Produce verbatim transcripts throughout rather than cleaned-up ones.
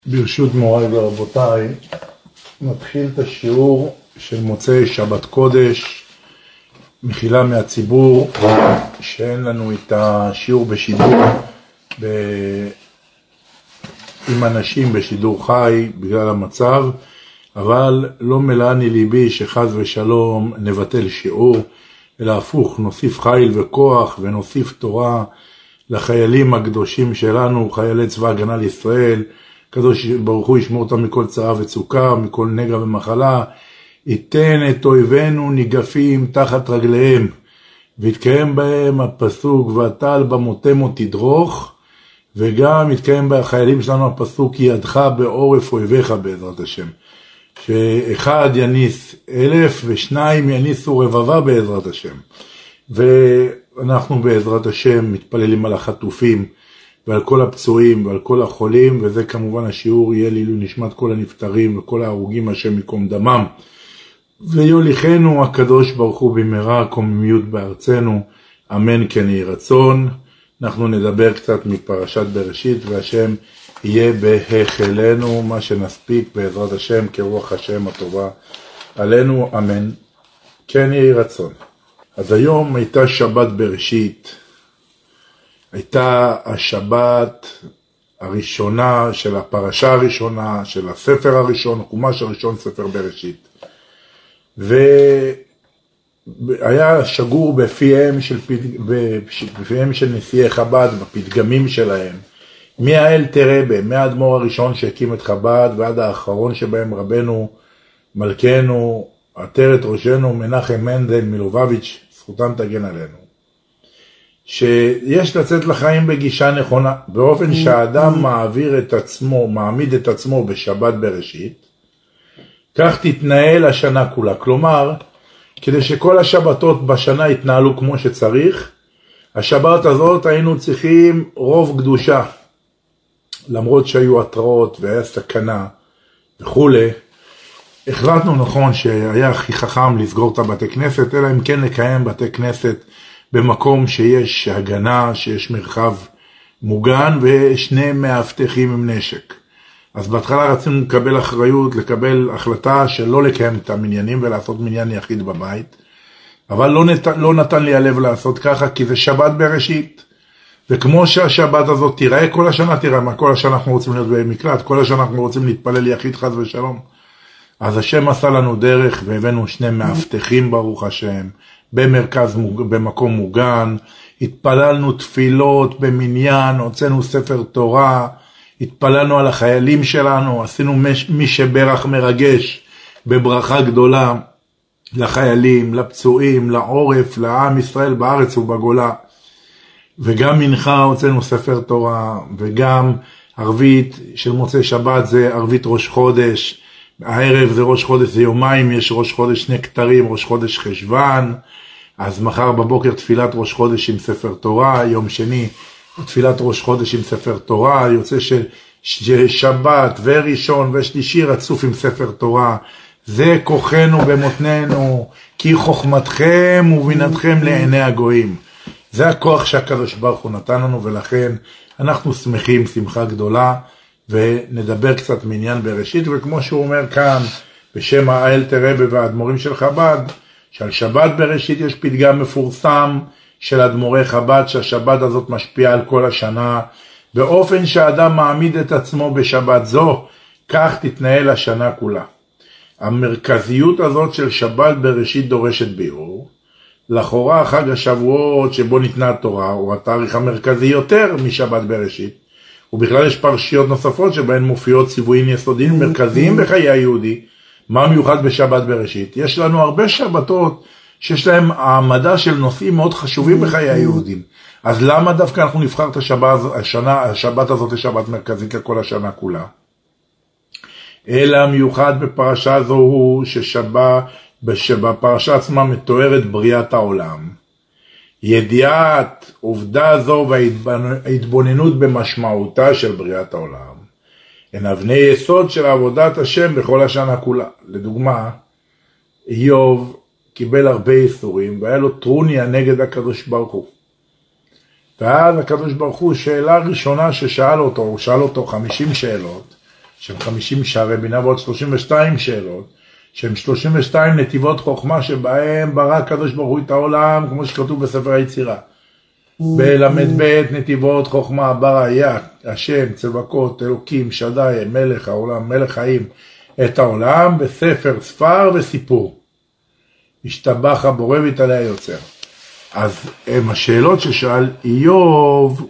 ברשות מוריי ורבותיי, נתחיל את השיעור של מוצאי שבת קודש, מחילה מהציבור שאין לנו את השיעור בשידור ב... עם אנשים בשידור חי בגלל המצב, אבל לא מלאני ליבי שחס ושלום נבטל שיעור, אלא הפוך, נוסיף חיל וכוח ונוסיף תורה לחיילים הקדושים שלנו, חיילי צבא הגנה לישראל. קדוש ברוך הוא ישמור אותם מכל צרה וצוקה, מכל נגע ומחלה, ייתן את אויבינו ניגפים תחת רגליהם, ויתקיים בהם הפסוק ותעל במותם תדרוך, וגם יתקיים בחיילים שלנו הפסוק ידך בעורף אויביך בעזרת השם, שאחד יניס אלף ושניים יניסו רבבה בעזרת השם. ואנחנו בעזרת השם מתפללים על החטופים ועל כל הפצועים ועל כל החולים, וזה כמובן השיעור יהיה לעילוי נשמת כל הנפטרים וכל ההרוגים השם יקום דמם, ויוליכנו הקדוש ברוך הוא במהרה קוממיות בארצנו, אמן כן יהי רצון. אנחנו נדבר קצת מפרשת בראשית, והשם יהיה בהחלנו מה שנספיק בעזרת השם כרוח השם הטובה עלינו, אמן כן יהי רצון. אז היום הייתה שבת בראשית, הייתה השבת הראשונה של הפרשה הראשונה, של הספר הראשון, חומש הראשון, ספר בראשית. והיה שגור בפיהם של, בפיהם של נשיאי חב"ד, בפתגמים שלהם, מהאלתר רבה, מהאדמו"ר הראשון שהקים את חב"ד, ועד האחרון שבהם רבנו מלכנו, עטרת ראשנו, מנחם מנדל מלובביץ', זכותם תגן עלינו. שיש לצאת לחיים בגישה נכונה, באופן שהאדם מעביר את עצמו, מעמיד את עצמו בשבת בראשית, כך תתנהל השנה כולה. כלומר, כדי שכל השבתות בשנה יתנהלו כמו שצריך, השבת הזאת היינו צריכים רוב קדושה, למרות שהיו התראות והיה סכנה וכו'. החלטנו נכון שהיה הכי חכם לסגור את הבתי כנסת, אלא אם כן לקיים בתי כנסת במקום שיש הגנה, שיש מרחב מוגן ושני מאבטחים עם נשק. אז בהתחלה רצינו לקבל אחריות, לקבל החלטה שלא לקיים את המניינים ולעשות מניין יחיד בבית, אבל לא, נת, לא נתן לי הלב לעשות ככה, כי זה שבת בראשית. וכמו שהשבת הזאת תיראה כל השנה, תראה מה כל השנה אנחנו רוצים להיות במקלט, כל השנה אנחנו רוצים להתפלל יחיד חס ושלום. אז השם עשה לנו דרך והבאנו שני מאבטחים ברוך השם, במרכז, במקום מוגן, התפללנו תפילות במניין, הוצאנו ספר תורה, התפללנו על החיילים שלנו, עשינו מי שברך מרגש בברכה גדולה לחיילים, לפצועים, לעורף, לעם ישראל בארץ ובגולה. וגם מנחה הוצאנו ספר תורה, וגם ערבית של מוצאי שבת זה ערבית ראש חודש, הערב זה ראש חודש, זה יומיים, יש ראש חודש שני כתרים, ראש חודש חשבן, אז מחר בבוקר תפילת ראש חודש עם ספר תורה, יום שני תפילת ראש חודש עם ספר תורה, יוצא של שבת וראשון ושלישי רצוף עם ספר תורה. זה כוחנו במותננו, כי חוכמתכם ובינתכם לעיני הגויים. זה הכוח שהקדוש ברוך הוא נתן לנו, ולכן אנחנו שמחים שמחה גדולה, ונדבר קצת מעניין בראשית. וכמו שהוא אומר כאן בשם האלתר רבה והאדמו"רים של חב"ד, שעל שבת בראשית יש פתגם מפורסם של אדמו"רי חב"ד, שהשבת הזאת משפיעה על כל השנה, באופן שהאדם מעמיד את עצמו בשבת זו, כך תתנהל השנה כולה. המרכזיות הזאת של שבת בראשית דורשת ביאור. לכאורה חג השבועות שבו ניתנה התורה הוא התאריך המרכזי יותר משבת בראשית, ובכלל יש פרשיות נוספות שבהן מופיעות ציוויים יסודיים מרכזיים בחיי היהודי. מה מיוחד בשבת בראשית? יש לנו הרבה שבתות שיש להם העמדה של נושאים מאוד חשובים בחיי היהודים. אז למה דווקא אנחנו נבחר את השבת, השנה, השבת הזאת לשבת מרכזית לכל השנה כולה? אלא מיוחד בפרשה זו הוא ששבת, שבפרשה עצמה מתוארת בריאת העולם. ידיעת עובדה זו וההתבוננות במשמעותה של בריאת העולם הן אבני יסוד של עבודת השם בכל השנה כולה. לדוגמה, איוב קיבל הרבה איסורים והיה לו טרוניה נגד הקדוש ברוך הוא. ואז הקדוש ברוך הוא, שאלה ראשונה ששאל אותו, הוא שאל אותו חמישים שאלות, שהם חמישים שערי בינה ועוד שלושים ושתיים שאלות, שהם שלושים ושתיים נתיבות חוכמה שבהם ברא הקדוש ברוך הוא את העולם, כמו שכתוב בספר היצירה. בלמד בית נתיבות חוכמה ברא יה, השם, צבקות, אלוקים, שדי, מלך העולם, מלך חיים, את העולם בספר, ספר וסיפור. השתבח הבורא והתעלה היוצר. אז הם השאלות ששאל איוב,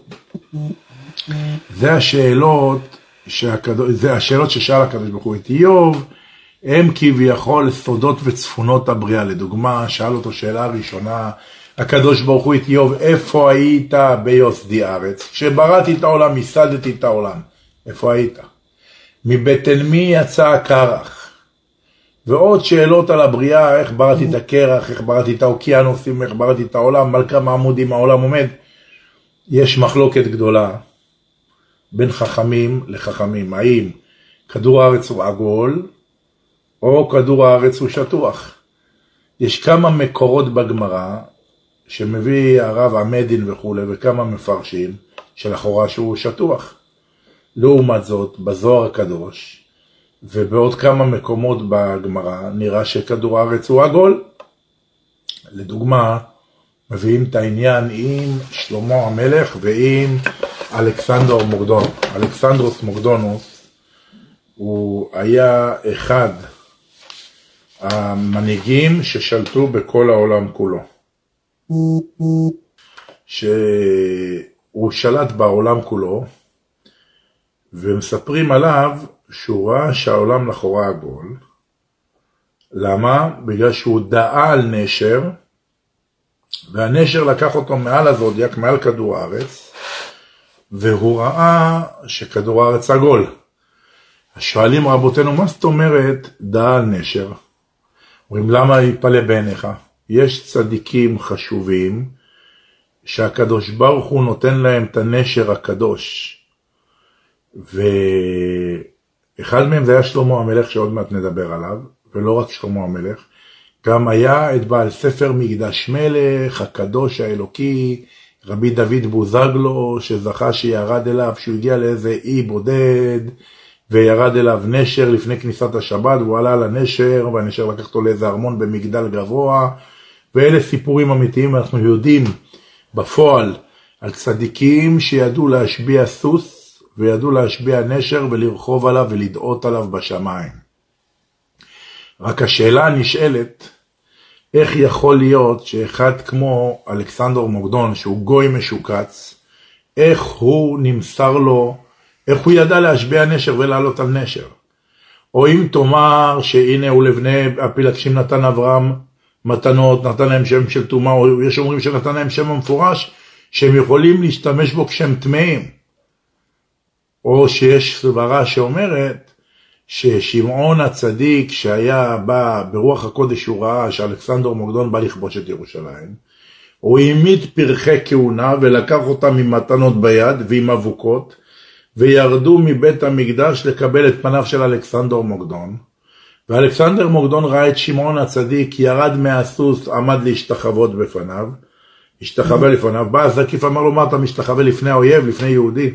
זה השאלות, שהקדוש, זה השאלות ששאל הקדוש ברוך הוא את איוב, הם כביכול סודות וצפונות הבריאה. לדוגמה, שאל אותו שאלה ראשונה, הקדוש ברוך הוא את איוב, איפה היית ביוסדי ארץ? כשבראתי את העולם, ייסדתי את העולם. איפה היית? מבטן מי יצא הקרח? ועוד שאלות על הבריאה, איך בראתי את הקרח, איך בראתי את האוקיינוסים, איך בראתי את העולם, על כמה עמודים העולם עומד. יש מחלוקת גדולה בין חכמים לחכמים. האם כדור הארץ הוא עגול, או כדור הארץ הוא שטוח? יש כמה מקורות בגמרא, שמביא הרב עמדין וכו', וכמה מפרשים, שלכאורה שהוא שטוח. לעומת זאת, בזוהר הקדוש, ובעוד כמה מקומות בגמרא, נראה שכדור הארץ הוא עגול. לדוגמה, מביאים את העניין עם שלמה המלך ועם אלכסנדר מוקדון. אלכסנדרוס מוקדונוס, הוא היה אחד המנהיגים ששלטו בכל העולם כולו. שהוא שלט בעולם כולו, ומספרים עליו שהוא ראה שהעולם לכאורה עגול. למה? בגלל שהוא דעה על נשר, והנשר לקח אותו מעל הזודיאק, מעל כדור הארץ, והוא ראה שכדור הארץ עגול. השואלים רבותינו, מה זאת אומרת דעה על נשר? אומרים, למה יפלא בעיניך? יש צדיקים חשובים שהקדוש ברוך הוא נותן להם את הנשר הקדוש. ואחד מהם זה היה שלמה המלך שעוד מעט נדבר עליו, ולא רק שלמה המלך, גם היה את בעל ספר מקדש מלך, הקדוש האלוקי, רבי דוד בוזגלו, שזכה שירד אליו, שהוא הגיע לאיזה אי בודד, וירד אליו נשר לפני כניסת השבת, והוא עלה על הנשר, והנשר לקח אותו לאיזה ארמון במגדל גבוה, ואלה סיפורים אמיתיים. אנחנו יודעים בפועל על צדיקים שידעו להשביע סוס, וידעו להשביע נשר ולרחוב עליו ולדעות עליו בשמיים. רק השאלה נשאלת, איך יכול להיות שאחד כמו אלכסנדר מוקדון, שהוא גוי משוקץ, איך הוא נמסר לו, איך הוא ידע להשביע נשר ולעלות על נשר? או אם תאמר שהנה הוא לבני הפילגשים נתן אברהם מתנות, נתן להם שם של תומה, או יש אומרים שנתן להם שם המפורש, שהם יכולים להשתמש בו כשהם טמאים. או שיש סברה שאומרת, ששמעון הצדיק שהיה בא ברוח הקודש, הוא ראה שאלכסנדר מוקדון בא לכבוש את ירושלים, הוא העמיד פרחי כהונה ולקח אותם עם מתנות ביד ועם אבוקות, וירדו מבית המקדש לקבל את פניו של אלכסנדר מוקדון. ואלכסנדר מוקדון ראה את שמעון הצדיק, ירד מהסוס, עמד להשתחוות בפניו, השתחווה לפניו, בא הזקיף אמר לו, מה אתה משתחווה לפני האויב, לפני יהודי?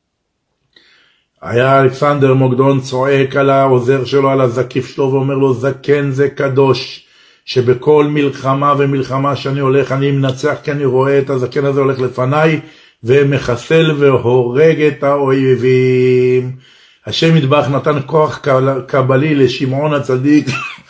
היה אלכסנדר מוקדון צועק על העוזר שלו, על הזקיף שלו, ואומר לו, זקן זה קדוש, שבכל מלחמה ומלחמה שאני הולך, אני מנצח, כי אני רואה את הזקן הזה הולך לפניי, ומחסל והורג את האויבים. השם יתברך נתן כוח קבלי לשמעון הצדיק,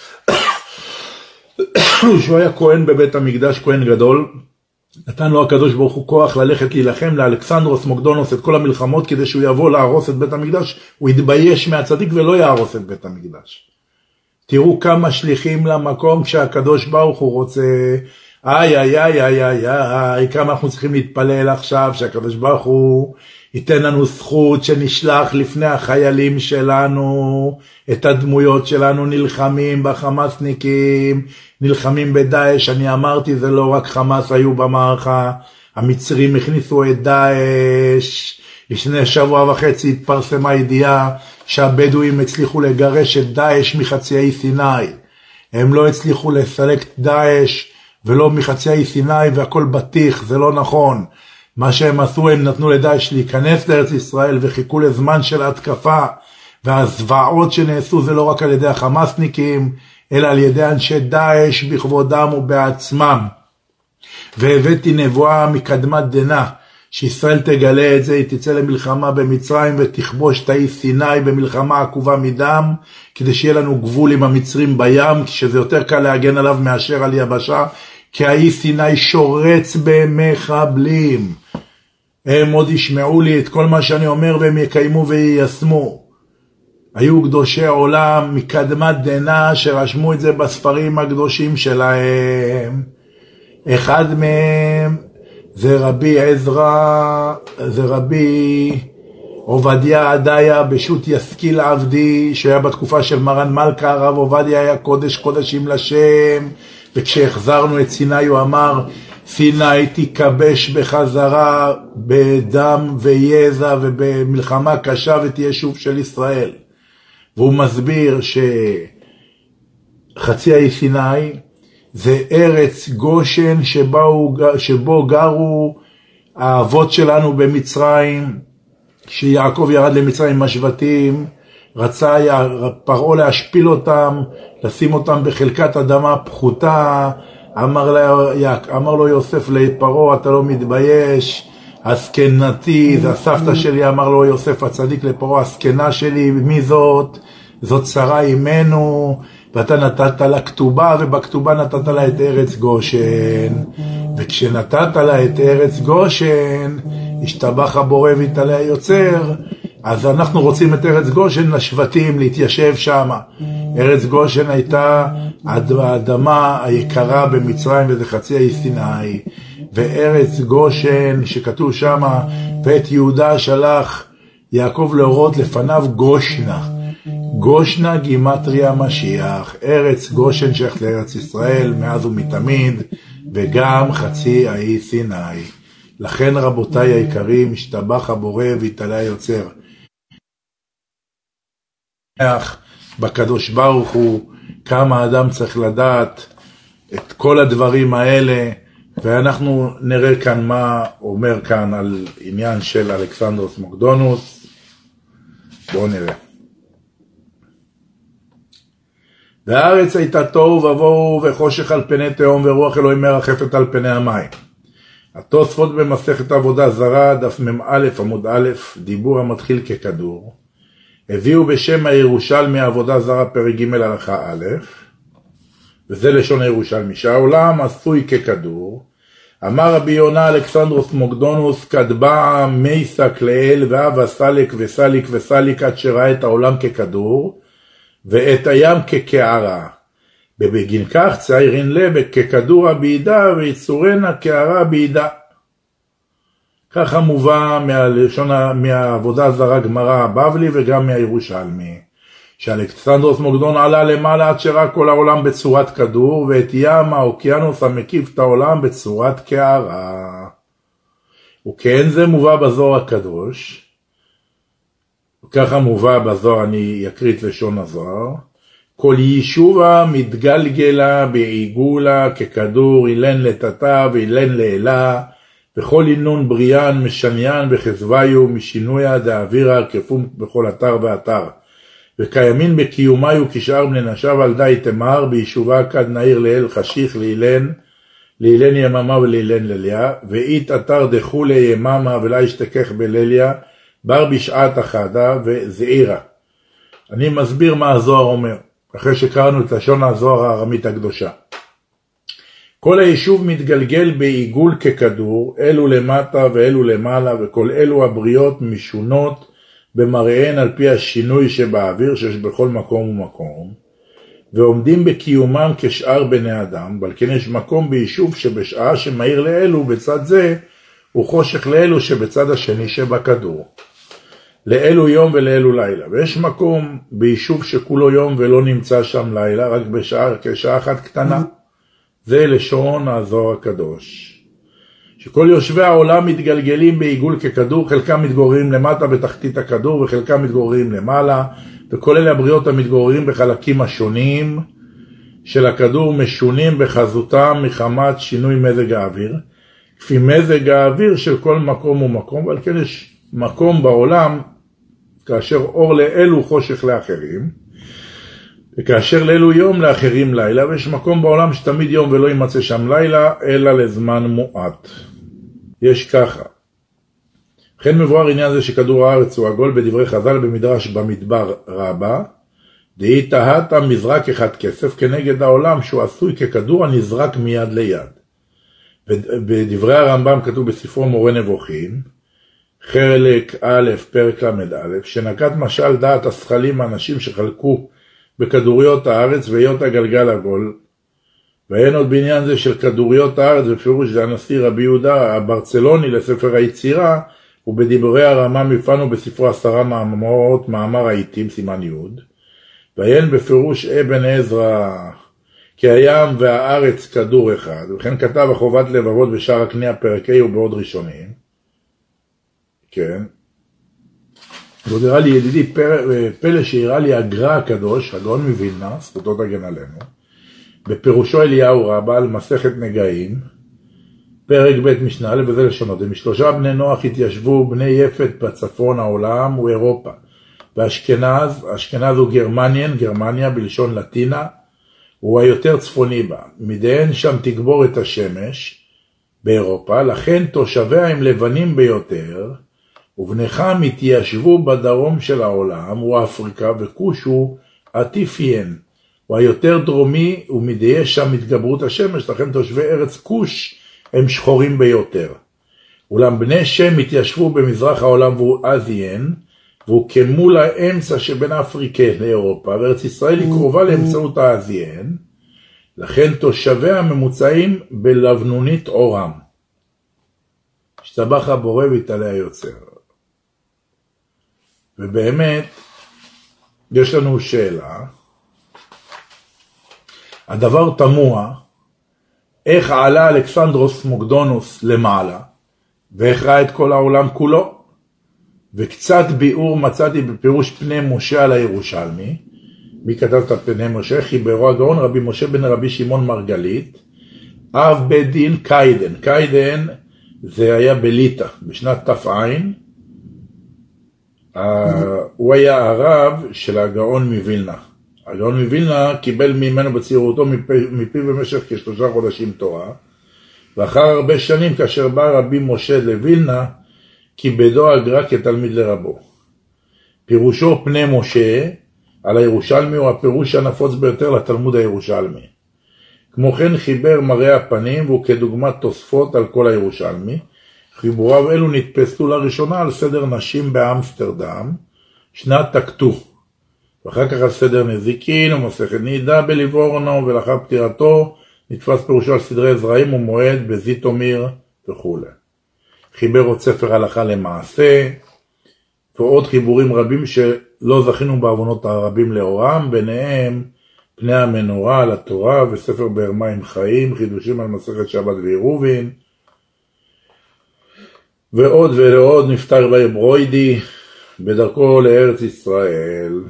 שהוא היה כהן בבית המקדש, כהן גדול, נתן לו הקדוש ברוך הוא כוח ללכת להילחם לאלכסנדרוס מוקדונוס את כל המלחמות, כדי שהוא יבוא להרוס את בית המקדש. הוא יתבייש מהצדיק ולא יהרוס את בית המקדש. תראו כמה שליחים למקום שהקדוש ברוך הוא רוצה. איי איי איי איי איי איי, כמה אנחנו צריכים להתפלל עכשיו שהקדוש ברוך הוא ייתן לנו זכות שנשלח לפני החיילים שלנו, את הדמויות שלנו נלחמים בחמאסניקים, נלחמים בדאעש. אני אמרתי, זה לא רק חמאס היו במערכה, המצרים הכניסו את דאעש. לפני שבוע וחצי התפרסמה ידיעה שהבדואים הצליחו לגרש את דאעש מחציי סיני. הם לא הצליחו לסלק את דאעש ולא מחציי סיני, והכל בטיח, זה לא נכון. מה שהם עשו, הם נתנו לדאעש להיכנס לארץ ישראל וחיכו לזמן של התקפה, והזוועות שנעשו זה לא רק על ידי החמאסניקים, אלא על ידי אנשי דאעש בכבודם ובעצמם. והבאתי נבואה מקדמת דנא, שישראל תגלה את זה, היא תצא למלחמה במצרים ותכבוש את האי סיני במלחמה עקובה מדם, כדי שיהיה לנו גבול עם המצרים בים, כשזה יותר קל להגן עליו מאשר על יבשה, כי האי סיני שורץ במחבלים. הם עוד ישמעו לי את כל מה שאני אומר והם יקיימו ויישמו. היו קדושי עולם מקדמת דנא שרשמו את זה בספרים הקדושים שלהם. אחד מהם זה רבי עזרא, זה רבי עובדיה עדיה בשו"ת ישכיל עבדי, שהיה בתקופה של מרן מלכה. הרב עובדיה היה קודש קודשים לשם, וכשהחזרנו את סיני הוא אמר, סיני תיכבש בחזרה בדם ויזע ובמלחמה קשה ותהיה שוב של ישראל. והוא מסביר שחצי האי סיני זה ארץ גושן שבו, שבו גרו האבות שלנו במצרים, שיעקב ירד למצרים עם השבטים, רצה פרעה להשפיל אותם, לשים אותם בחלקת אדמה פחותה. אמר לו, אמר לו יוסף לפרעה, אתה לא מתבייש? הסקנתי, זה הסבתא שלי. אמר לו יוסף הצדיק לפרעה, הסקנה שלי, מי זאת? זאת שרה אימנו, ואתה נתת לה כתובה, ובכתובה נתת לה את ארץ גושן. וכשנתת לה את ארץ גושן, השתבח הבורא והתעלה היוצר. אז אנחנו רוצים את ארץ גושן לשבטים, להתיישב שם. ארץ גושן הייתה האדמה היקרה במצרים, וזה חצי האי סיני. וארץ גושן שכתוב שם, ואת יהודה שלח יעקב להורות לפניו גושנה. גושנה גימטריה משיח. ארץ גושן שייכת לארץ ישראל מאז ומתמיד, וגם חצי האי סיני. לכן רבותיי היקרים, השתבח הבורא והתעלה היוצר. בקדוש ברוך הוא, כמה אדם צריך לדעת את כל הדברים האלה, ואנחנו נראה כאן מה אומר כאן על עניין של אלכסנדרוס מוקדונוס. בואו נראה. והארץ הייתה תוהו ובוהו וחושך על פני תהום, ורוח אלוהים מרחפת על פני המים. התוספות במסכת עבודה זרה, דף מ"א עמוד א', דיבור המתחיל ככדור, הביאו בשם הירושלמי עבודה זרה פרק ג' הלכה א', וזה לשון הירושלמי, שהעולם עשוי ככדור. אמר רבי יונה אלכסנדרוס מוקדונוס, כדבעה מייסק לאל ואהבה סליק וסליק וסליק, עד שראה את העולם ככדור ואת הים כקערה. ובגין כך ציירין לב ככדור הבעידה ויצורנה קערה בעידה. ככה מובא מהלשון, מהעבודה הזרה גמרא הבבלי וגם מהירושלמי, שאלכסנדרוס מוקדון עלה למעלה עד שראה כל העולם בצורת כדור, ואת ים האוקיינוס המקיף את העולם בצורת קערה. וכן זה מובא בזוהר הקדוש, וככה מובא בזוהר, אני אקריא את לשון הזוהר, כל יישובה מתגלגלה בעיגולה ככדור, אילן לטאטה ואילן לאלה, וכל אינון בריאן משניין בחזוויו משינויה דאווירה כפום בכל אתר ואתר. וקיימין בקיומיו כשאר בני נשב על די תמר, ביישובה כד נעיר לאל חשיך לאילן, לאילן יממה ולאילן לליה, ואית אתר דחו ליממה ולה ישתכך בלליה, בר בשעת אחדה וזעירה. אני מסביר מה הזוהר אומר, אחרי שקראנו את לשון הזוהר הארמית הקדושה. כל היישוב מתגלגל בעיגול ככדור, אלו למטה ואלו למעלה, וכל אלו הבריות משונות במראיהן על פי השינוי שבאוויר שיש בכל מקום ומקום, ועומדים בקיומם כשאר בני אדם, אבל כן יש מקום ביישוב שבשעה שמאיר לאלו בצד זה, הוא חושך לאלו שבצד השני שבכדור. לאלו יום ולאלו לילה, ויש מקום ביישוב שכולו יום ולא נמצא שם לילה, רק בשעה, כשעה אחת קטנה. זה לשון הזוהר הקדוש. שכל יושבי העולם מתגלגלים בעיגול ככדור, חלקם מתגוררים למטה בתחתית הכדור, וחלקם מתגוררים למעלה, וכל אלה הבריות המתגוררים בחלקים השונים של הכדור משונים בחזותם מחמת שינוי מזג האוויר, כפי מזג האוויר של כל מקום ומקום, ועל כן יש מקום בעולם כאשר אור לאלו חושך לאחרים, וכאשר לאלו יום לאחרים לילה, ויש מקום בעולם שתמיד יום ולא יימצא שם לילה, אלא לזמן מועט. יש ככה. לכן מבואר עניין זה שכדור הארץ הוא עגול בדברי חז"ל במדרש במדבר רבה, דהי תהת מזרק אחד כסף כנגד העולם שהוא עשוי ככדור הנזרק מיד ליד. בדברי הרמב"ם כתוב בספרו מורה נבוכים, חלק א' פרק למד א', שנקט משל דעת השכלים האנשים שחלקו בכדוריות הארץ והיות הגלגל עגול, ואין עוד בעניין זה של כדוריות הארץ בפירוש זה הנשיא רבי יהודה הברצלוני לספר היצירה, ובדברי הרמב"ם מפנו בספרו עשרה מאמרות מאמר העיתים סימן י', ואין בפירוש אבן עזרא כי הים והארץ כדור אחד, וכן כתב החובת לבבות בשער הקנייה פרקי ובעוד ראשונים. כן. זאת הראה לי ידידי פלא שהראה לי הגר"א הקדוש, הגאון מווילנה, זכותו תגן עלינו, בפירושו אליהו רבה על מסכת נגעים, פרק ב' משנה א' וזה לשונות, משלושה בני נוח התיישבו בני יפת בצפון העולם ואירופה, ואשכנז, אשכנז הוא גרמניאן, גרמניה בלשון לטינה, הוא היותר צפוני בה, מדיין שם תגבור את השמש באירופה, לכן תושביה הם לבנים ביותר, ובניכם התיישבו בדרום של העולם, הוא אפריקה, וכוש הוא עטיפיין, הוא היותר דרומי, ומדיין שם התגברות השמש, לכן תושבי ארץ כוש הם שחורים ביותר. אולם בני שם התיישבו במזרח העולם והוא אזיין, והוא כמול האמצע שבין אפריקה לאירופה, וארץ ישראל היא קרובה לאמצעות האזיין, לכן תושביה ממוצעים בלבנונית אורם. השתבח הבורא והתעלה היוצר. ובאמת, יש לנו שאלה, הדבר תמוה, איך עלה אלכסנדרוס מוקדונוס למעלה, ואיך ראה את כל העולם כולו, וקצת ביאור מצאתי בפירוש פני משה על הירושלמי, מי כתב את פני משה? חיברו הגאון רבי משה בן רבי שמעון מרגלית, אב בית דין קיידן, קיידן זה היה בליטא, בשנת תפעין, הוא היה הרב של הגאון מווילנה, הגאון מווילנה קיבל ממנו בצעירותו מפי במשך כשלושה חודשים תורה, ואחר הרבה שנים כאשר בא רבי משה לווילנה, כיבדו הגר"א כתלמיד לרבו. פירושו פני משה על הירושלמי הוא הפירוש הנפוץ ביותר לתלמוד הירושלמי. כמו כן חיבר מראה הפנים והוא כדוגמת תוספות על כל הירושלמי. חיבוריו אלו נתפסו לראשונה על סדר נשים באמסטרדם, שנת תקטו. ואחר כך על סדר נזיקין ומסכת נידה בליבורנו, ולאחר פטירתו נתפס פירושו על סדרי זרעים ומועד בזיתומיר וכו'. חיבר עוד ספר הלכה למעשה, ועוד חיבורים רבים שלא זכינו בעוונות הרבים לאורם, ביניהם פני המנורה על התורה וספר באר מים חיים, חידושים על מסכת שבת ועירובין, ועוד ועוד נפטר בעיר ברוידי בדרכו לארץ ישראל.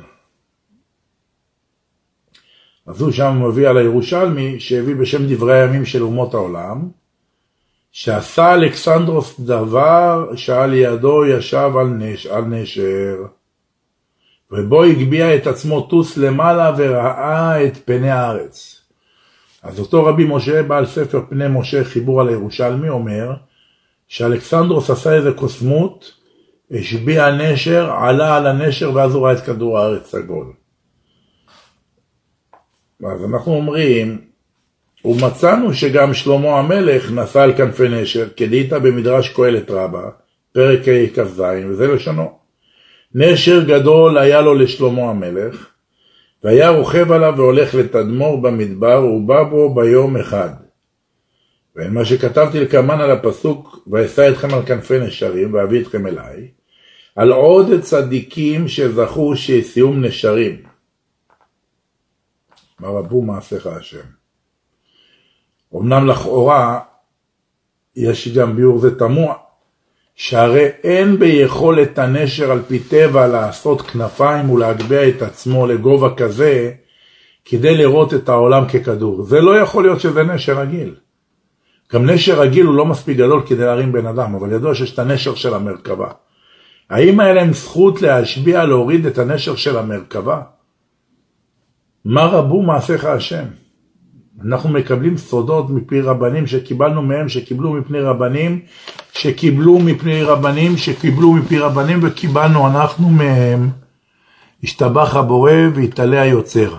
אז הוא שם מביא על הירושלמי שהביא בשם דברי הימים של אומות העולם, שעשה אלכסנדרוס דבר שעל ידו ישב על, נש, על נשר, ובו הגביע את עצמו טוס למעלה וראה את פני הארץ. אז אותו רבי משה בעל ספר פני משה חיבור על הירושלמי אומר, שאלכסנדרוס עשה איזה קוסמות, השביע נשר, עלה על הנשר ואז הוא ראה את כדור הארץ סגול. אז אנחנו אומרים, ומצאנו שגם שלמה המלך נסע על כנפי נשר, כדאיתא במדרש קהלת רבה, פרק כ"ז, וזה לשונו. נשר גדול היה לו לשלמה המלך, והיה רוכב עליו והולך לתדמור במדבר, ובא בו ביום אחד. ומה שכתבתי לכמן על הפסוק, ואשא אתכם על כנפי נשרים, ואביא אתכם אליי, על עוד צדיקים שזכו שסיום נשרים. מה רבו מעשיך השם. אמנם לכאורה, יש גם ביור זה תמוה, שהרי אין ביכולת הנשר על פי טבע לעשות כנפיים ולהגביה את עצמו לגובה כזה, כדי לראות את העולם ככדור. זה לא יכול להיות שזה נשר רגיל. גם נשר רגיל הוא לא מספיק גדול כדי להרים בן אדם, אבל ידוע שיש את הנשר של המרכבה. האם היה להם זכות להשביע, להוריד את הנשר של המרכבה? מה רבו מעשיך השם? אנחנו מקבלים סודות מפי רבנים שקיבלנו מהם, שקיבלו מפני רבנים, שקיבלו מפני רבנים, שקיבלו מפי רבנים, וקיבלנו אנחנו מהם. השתבח הבורא והתעלה היוצר.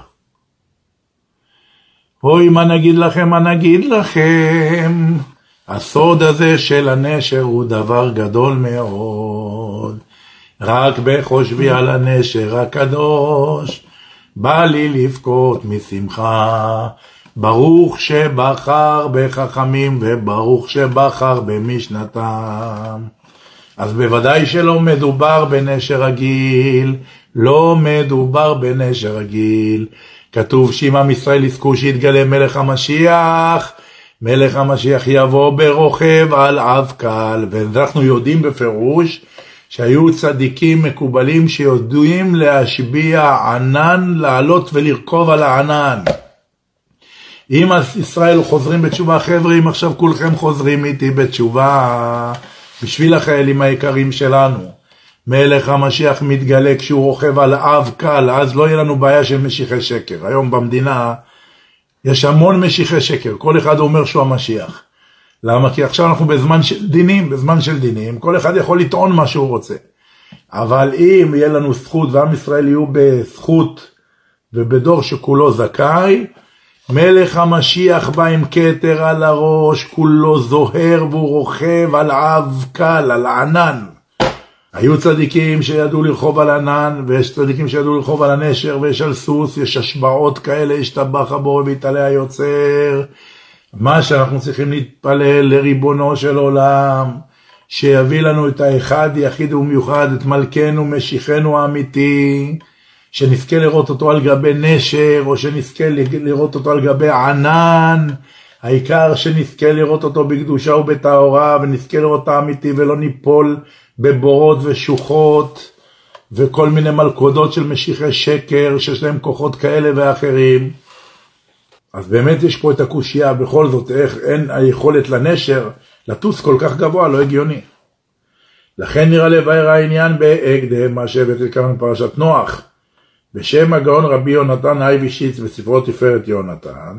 אוי, מה נגיד לכם, מה נגיד לכם? הסוד הזה של הנשר הוא דבר גדול מאוד. רק בחושבי על הנשר הקדוש, בא לי לבכות משמחה. ברוך שבחר בחכמים וברוך שבחר במשנתם. אז בוודאי שלא מדובר בנשר רגיל, לא מדובר בנשר רגיל. כתוב שאם עם ישראל יזכו שיתגלה מלך המשיח, מלך המשיח יבוא ברוכב על אבקל. ואנחנו יודעים בפירוש שהיו צדיקים מקובלים שיודעים להשביע ענן, לעלות ולרכוב על הענן. אם ישראל חוזרים בתשובה, חבר'ה, אם עכשיו כולכם חוזרים איתי בתשובה, בשביל החיילים היקרים שלנו, מלך המשיח מתגלה כשהוא רוכב על אבקל, אז לא יהיה לנו בעיה של משיחי שקר. היום במדינה יש המון משיחי שקר, כל אחד אומר שהוא המשיח. למה? כי עכשיו אנחנו בזמן של דינים, בזמן של דינים, כל אחד יכול לטעון מה שהוא רוצה. אבל אם יהיה לנו זכות, ועם ישראל יהיו בזכות ובדור שכולו זכאי, מלך המשיח בא עם כתר על הראש, כולו זוהר והוא רוכב על אבקל, על ענן. היו צדיקים שידעו לרחוב על ענן, ויש צדיקים שידעו לרחוב על הנשר, ויש על סוס, יש השבעות כאלה, השתבח הבורא והתעלה היוצר. מה שאנחנו צריכים להתפלל לריבונו של עולם, שיביא לנו את האחד יחיד ומיוחד, את מלכנו משיחנו האמיתי, שנזכה לראות אותו על גבי נשר, או שנזכה לראות אותו על גבי ענן. העיקר שנזכה לראות אותו בקדושה ובטהרה, ונזכה לראות האמיתי ולא ניפול בבורות ושוחות, וכל מיני מלכודות של משיחי שקר, שיש להם כוחות כאלה ואחרים. אז באמת יש פה את הקושייה, בכל זאת, איך אין היכולת לנשר, לטוס כל כך גבוה, לא הגיוני. לכן נראה לבאר העניין בהקדם, מה שהבאתי כאן בפרשת נוח, בשם הגאון רבי יונתן אייבשיץ בספרו תפארת יונתן,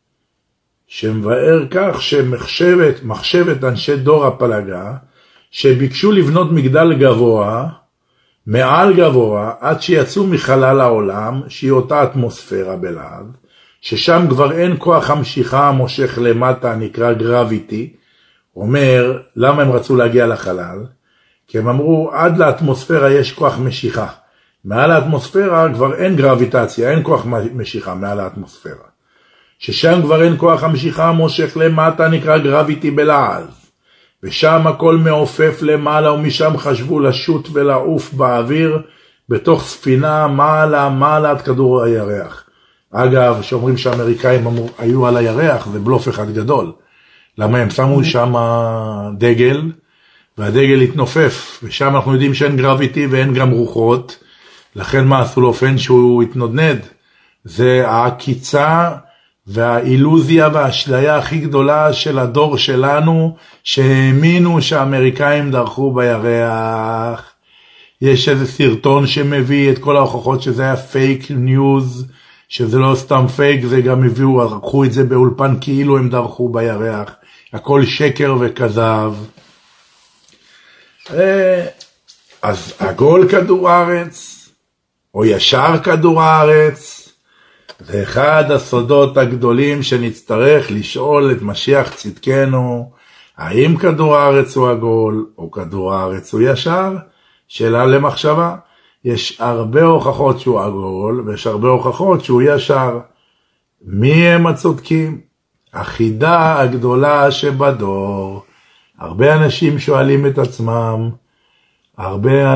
שמבאר כך שמחשבת, מחשבת אנשי דור הפלגה, שביקשו לבנות מגדל גבוה, מעל גבוה, עד שיצאו מחלל העולם, שהיא אותה אטמוספירה בלעד, ששם כבר אין כוח המשיכה המושך למטה, נקרא גרביטי. אומר, למה הם רצו להגיע לחלל? כי הם אמרו, עד לאטמוספירה יש כוח משיכה. מעל האטמוספירה כבר אין גרביטציה, אין כוח משיכה מעל האטמוספירה. ששם כבר אין כוח המשיכה המושך למטה, נקרא גרביטי בלעז. ושם הכל מעופף למעלה, ומשם חשבו לשוט ולעוף באוויר, בתוך ספינה מעלה מעלה עד כדור הירח. אגב, שאומרים שהאמריקאים אמרו, היו על הירח, זה בלוף אחד גדול. למה הם שמו שם דגל, והדגל התנופף, ושם אנחנו יודעים שאין גרביטי ואין גם רוחות, לכן מה עשו לו פן שהוא התנודנד? זה העקיצה והאילוזיה והאשליה הכי גדולה של הדור שלנו, שהאמינו שהאמריקאים דרכו בירח. יש איזה סרטון שמביא את כל ההוכחות שזה היה פייק ניוז, שזה לא סתם פייק, זה גם הביאו, ערכו את זה באולפן כאילו הם דרכו בירח. הכל שקר וכזב. אז עגול כדור הארץ, או ישר כדור הארץ, זה אחד הסודות הגדולים שנצטרך לשאול את משיח צדקנו, האם כדור הארץ הוא עגול, או כדור הארץ הוא ישר? שאלה למחשבה. יש הרבה הוכחות שהוא עגול, ויש הרבה הוכחות שהוא ישר. מי הם הצודקים? החידה הגדולה שבדור. הרבה אנשים שואלים את עצמם, הרבה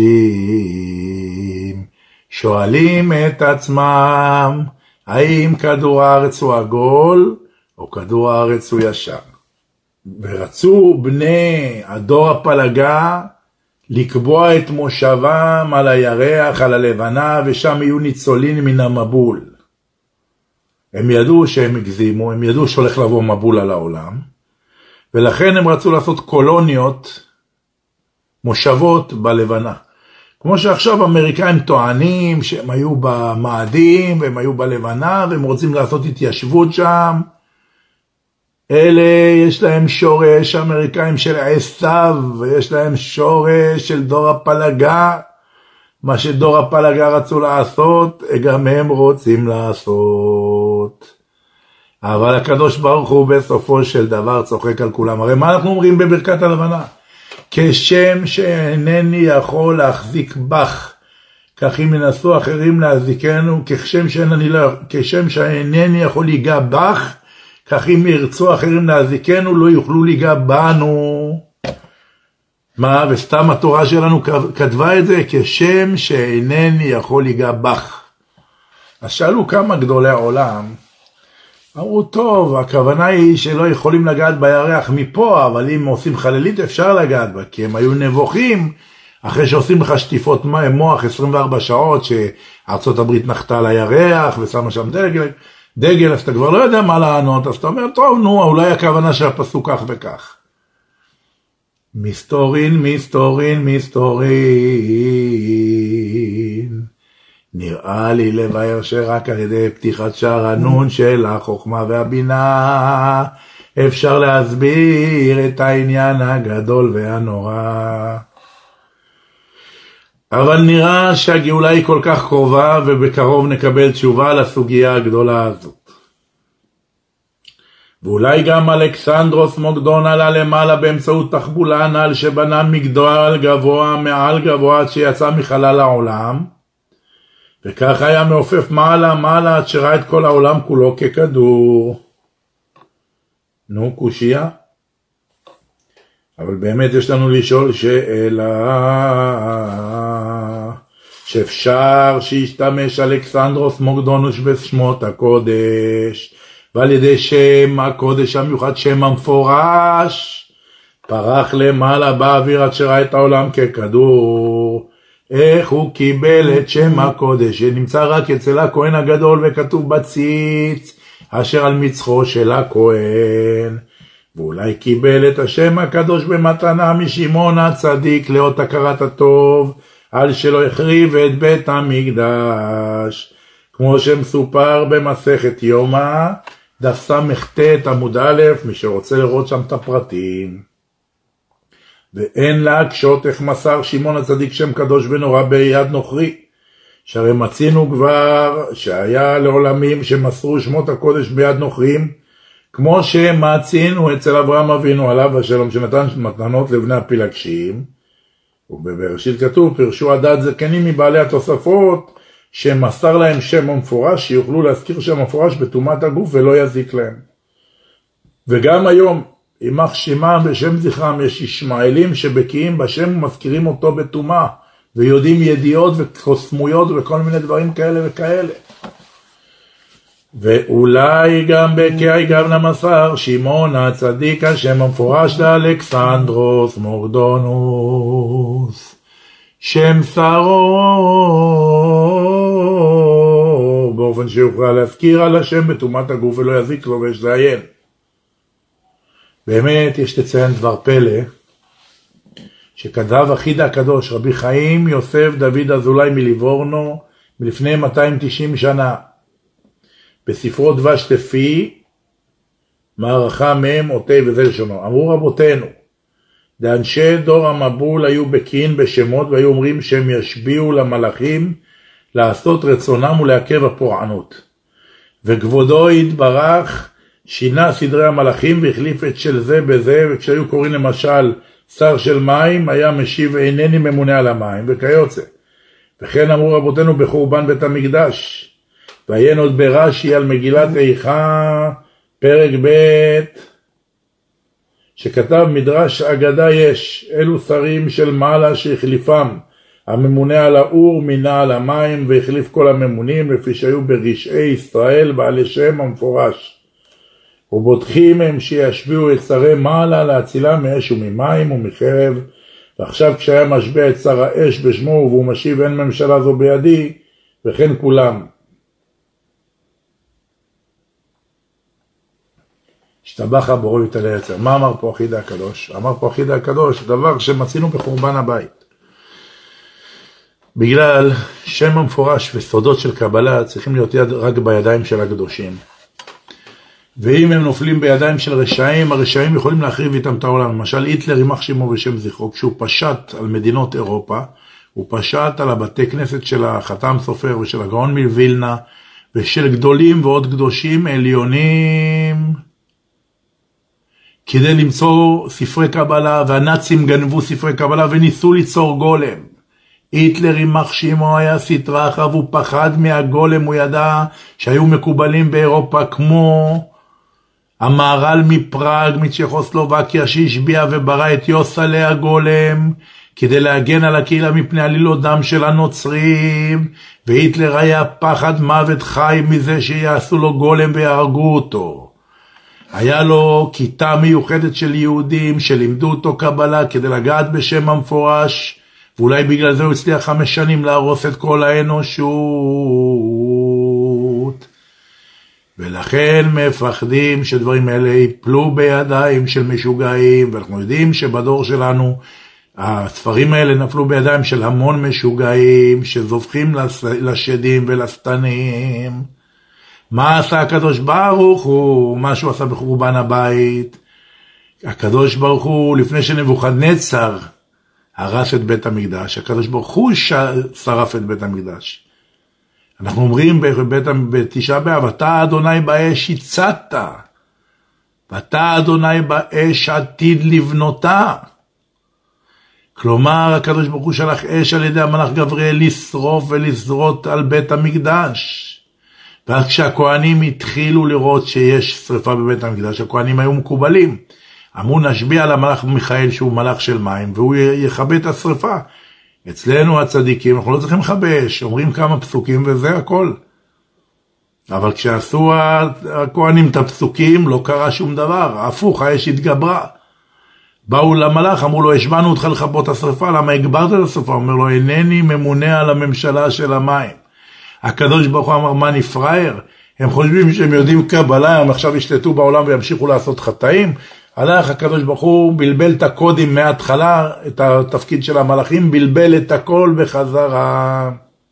אנשים שואלים את עצמם, האם כדור הארץ הוא עגול, או כדור הארץ הוא ישר? ורצו בני הדור הפלגה, לקבוע את מושבם על הירח, על הלבנה, ושם יהיו ניצולין מן המבול. הם ידעו שהם הגזימו, הם ידעו שהולך לבוא מבול על העולם, ולכן הם רצו לעשות קולוניות מושבות בלבנה. כמו שעכשיו אמריקאים טוענים שהם היו במאדים והם היו בלבנה והם רוצים לעשות התיישבות שם. אלה יש להם שורש אמריקאים של עשיו ויש להם שורש של דור הפלגה. מה שדור הפלגה רצו לעשות, גם הם רוצים לעשות. אבל הקדוש ברוך הוא בסופו של דבר צוחק על כולם. הרי מה אנחנו אומרים בברכת הלבנה? כשם שאינני יכול להחזיק בך, כך אם ינסו אחרים להחזיקנו, כשם שאינני, לא, כשם שאינני יכול להיגע בך, כך אם ירצו אחרים להחזיקנו, לא יוכלו להיגע בנו. מה? וסתם התורה שלנו כתבה את זה, כשם שאינני יכול להיגע בך. אז שאלו כמה גדולי העולם, אמרו, טוב, הכוונה היא שלא יכולים לגעת בירח מפה, אבל אם עושים חללית אפשר לגעת בה, כי הם היו נבוכים, אחרי שעושים לך שטיפות מוח עשרים וארבע שעות, שארצות הברית נחתה על הירח ושמה שם דגל, דגל, אז אתה כבר לא יודע מה לענות, אז אתה אומר, טוב, נו, אולי הכוונה שהפסוק כך וכך. מסתורין, מסתורין, מסתורין. נראה לי לבאר שרק על ידי פתיחת שער הנון של החוכמה והבינה אפשר להסביר את העניין הגדול והנורא. אבל נראה שהגאולה היא כל כך קרובה ובקרוב נקבל תשובה לסוגיה הגדולה הזאת. ואולי גם אלכסנדרוס מוקדון עלה למעלה באמצעות תחבולה הנ"ל שבנה מגדל גבוה מעל גבוה עד שיצא מחלל העולם, וכך היה מעופף מעלה מעלה עד שראה את כל העולם כולו ככדור. נו, קושיה. אבל באמת יש לנו לשאול שאלה, שאפשר שישתמש אלכסנדרוס מוקדונוס בשמות הקודש, ועל ידי שם הקודש המיוחד, שם המפורש, פרח למעלה באוויר עד שראה את העולם ככדור. איך הוא קיבל את שם הקודש, שנמצא רק אצל הכהן הגדול וכתוב בציץ, אשר על מצחו של הכהן. ואולי קיבל את השם הקדוש במתנה משמעון הצדיק לאות הכרת הטוב, על שלא החריב את בית המקדש. כמו שמסופר במסכת יומא, דף ס"ט עמוד א', מי שרוצה לראות שם את הפרטים. ואין להקשות איך מסר שמעון הצדיק שם קדוש ונורא ביד נוכרי, שהרי מצינו כבר שהיה לעולמים שמסרו שמות הקודש ביד נוכרים, כמו שמצינו אצל אברהם אבינו עליו השלום שנתן מתנות לבני הפילגשים, ובבראשית כתוב פרשו הדת זקנים מבעלי התוספות שמסר להם שם המפורש, שיוכלו להזכיר שם המפורש בטומאת הגוף ולא יזיק להם. וגם היום יימח שמם בשם זכרם, יש ישמעאלים שבקיאים בשם ומזכירים אותו בטומאה, ויודעים ידיעות וקוסמויות וכל מיני דברים כאלה וכאלה. ואולי גם בקאי גם למסר שמעון הצדיק השם המפורש לאלכסנדרוס מוקדונוס, שם שרו, באופן שיוכל להזכיר על השם בטומאת הגוף ולא יזיק לו ויש לעיין. באמת יש לציין דבר פלא, שכתב החידא הקדוש רבי חיים יוסף דוד אזולאי מליבורנו מלפני מאתיים ותשעים שנה, בספרו דבש לפי מערכה מהם אותי וזה לשונו. אמרו רבותינו, לאנשי דור המבול היו בקיאים בשמות והיו אומרים שהם ישביעו למלאכים לעשות רצונם ולעכב הפורענות. וכבודו יתברך שינה סדרי המלאכים והחליף את של זה בזה, וכשהיו קוראים למשל שר של מים היה משיב אינני ממונה על המים וכיוצא. וכן אמרו רבותינו בחורבן בית המקדש, ועיין עוד ברש"י על מגילת איכה פרק ב' שכתב מדרש אגדה יש, אלו שרים של מעלה שהחליפם הממונה על האור מינה על המים והחליף כל הממונים לפי שהיו ברשעי ישראל בעלי שם המפורש, ובודחים הם שישביעו את שרי מעלה להצילה מאש וממים ומחרב. ועכשיו כשהיה משביע את שר האש בשמו והוא משיב אין ממשלה זו בידי, וכן כולם. השתבח הבורא ויתעלה יצר. מה אמר פה החידה הקדוש? אמר פה החידה הקדוש, דבר שמצינו בחורבן הבית. בגלל שם המפורש וסודות של קבלה צריכים להיות יד רק בידיים של הקדושים. ואם הם נופלים בידיים של רשעים, הרשעים יכולים להחריב איתם את העולם. למשל, היטלר יימח שמו ושם זכרו, כשהוא פשט על מדינות אירופה, הוא פשט על הבתי כנסת של החתם סופר ושל הגאון מווילנה, ושל גדולים ועוד קדושים עליונים, כדי למצוא ספרי קבלה, והנאצים גנבו ספרי קבלה וניסו ליצור גולם. היטלר יימח שמו היה סטרא אחריו, הוא פחד מהגולם, הוא ידע שהיו מקובלים באירופה כמו המהר"ל מפראג, מצ'כוסלובקיה, שהשביע וברא את יוסלה הגולם, כדי להגן על הקהילה מפני עלילות דם של הנוצרים, והיטלר היה פחד מוות חי מזה שיעשו לו גולם ויהרגו אותו. היה לו כיתה מיוחדת של יהודים שלימדו אותו קבלה כדי לגעת בשם המפורש, ואולי בגלל זה הוא הצליח חמש שנים להרוס את כל האנושות. ולכן מפחדים שדברים אלה ייפלו בידיים של משוגעים, ואנחנו יודעים שבדור שלנו הספרים האלה נפלו בידיים של המון משוגעים שזופחים לשדים ולסתנים. מה עשה הקדוש ברוך הוא? מה שהוא עשה בחורבן הבית. הקדוש ברוך הוא, לפני שנבוכדנצר הרס את בית המקדש, הקדוש ברוך הוא שרף את בית המקדש. אנחנו אומרים בבית, בתשעה באב, אתה אדוני באש הצעת, ואתה אדוני באש עתיד לבנותה. כלומר, הקדוש ברוך הוא שלח אש על ידי המלאך גבריאל לשרוף ולזרות על בית המקדש. ואז כשהכהנים התחילו לראות שיש שריפה בבית המקדש, הכהנים היו מקובלים. אמרו נשביע על המלאך מיכאל שהוא מלאך של מים, והוא יכבה את השריפה. אצלנו הצדיקים, אנחנו לא צריכים לחבש, אומרים כמה פסוקים וזה הכל. אבל כשעשו הכהנים את הפסוקים, לא קרה שום דבר, הפוך, האש התגברה. באו למלאך, אמרו לו, השבענו אותך לכבות השריפה, למה הגברת את השריפה? אומר לו, אינני ממונה על הממשלה של המים. הקדוש ברוך הוא אמר, מה נפראייר? הם חושבים שהם יודעים קבלה, הם עכשיו ישתתו בעולם וימשיכו לעשות חטאים. הלך הקדוש ברוך הוא, בלבל את הקודים מההתחלה, את התפקיד של המלאכים, בלבל את הכל בחזרה.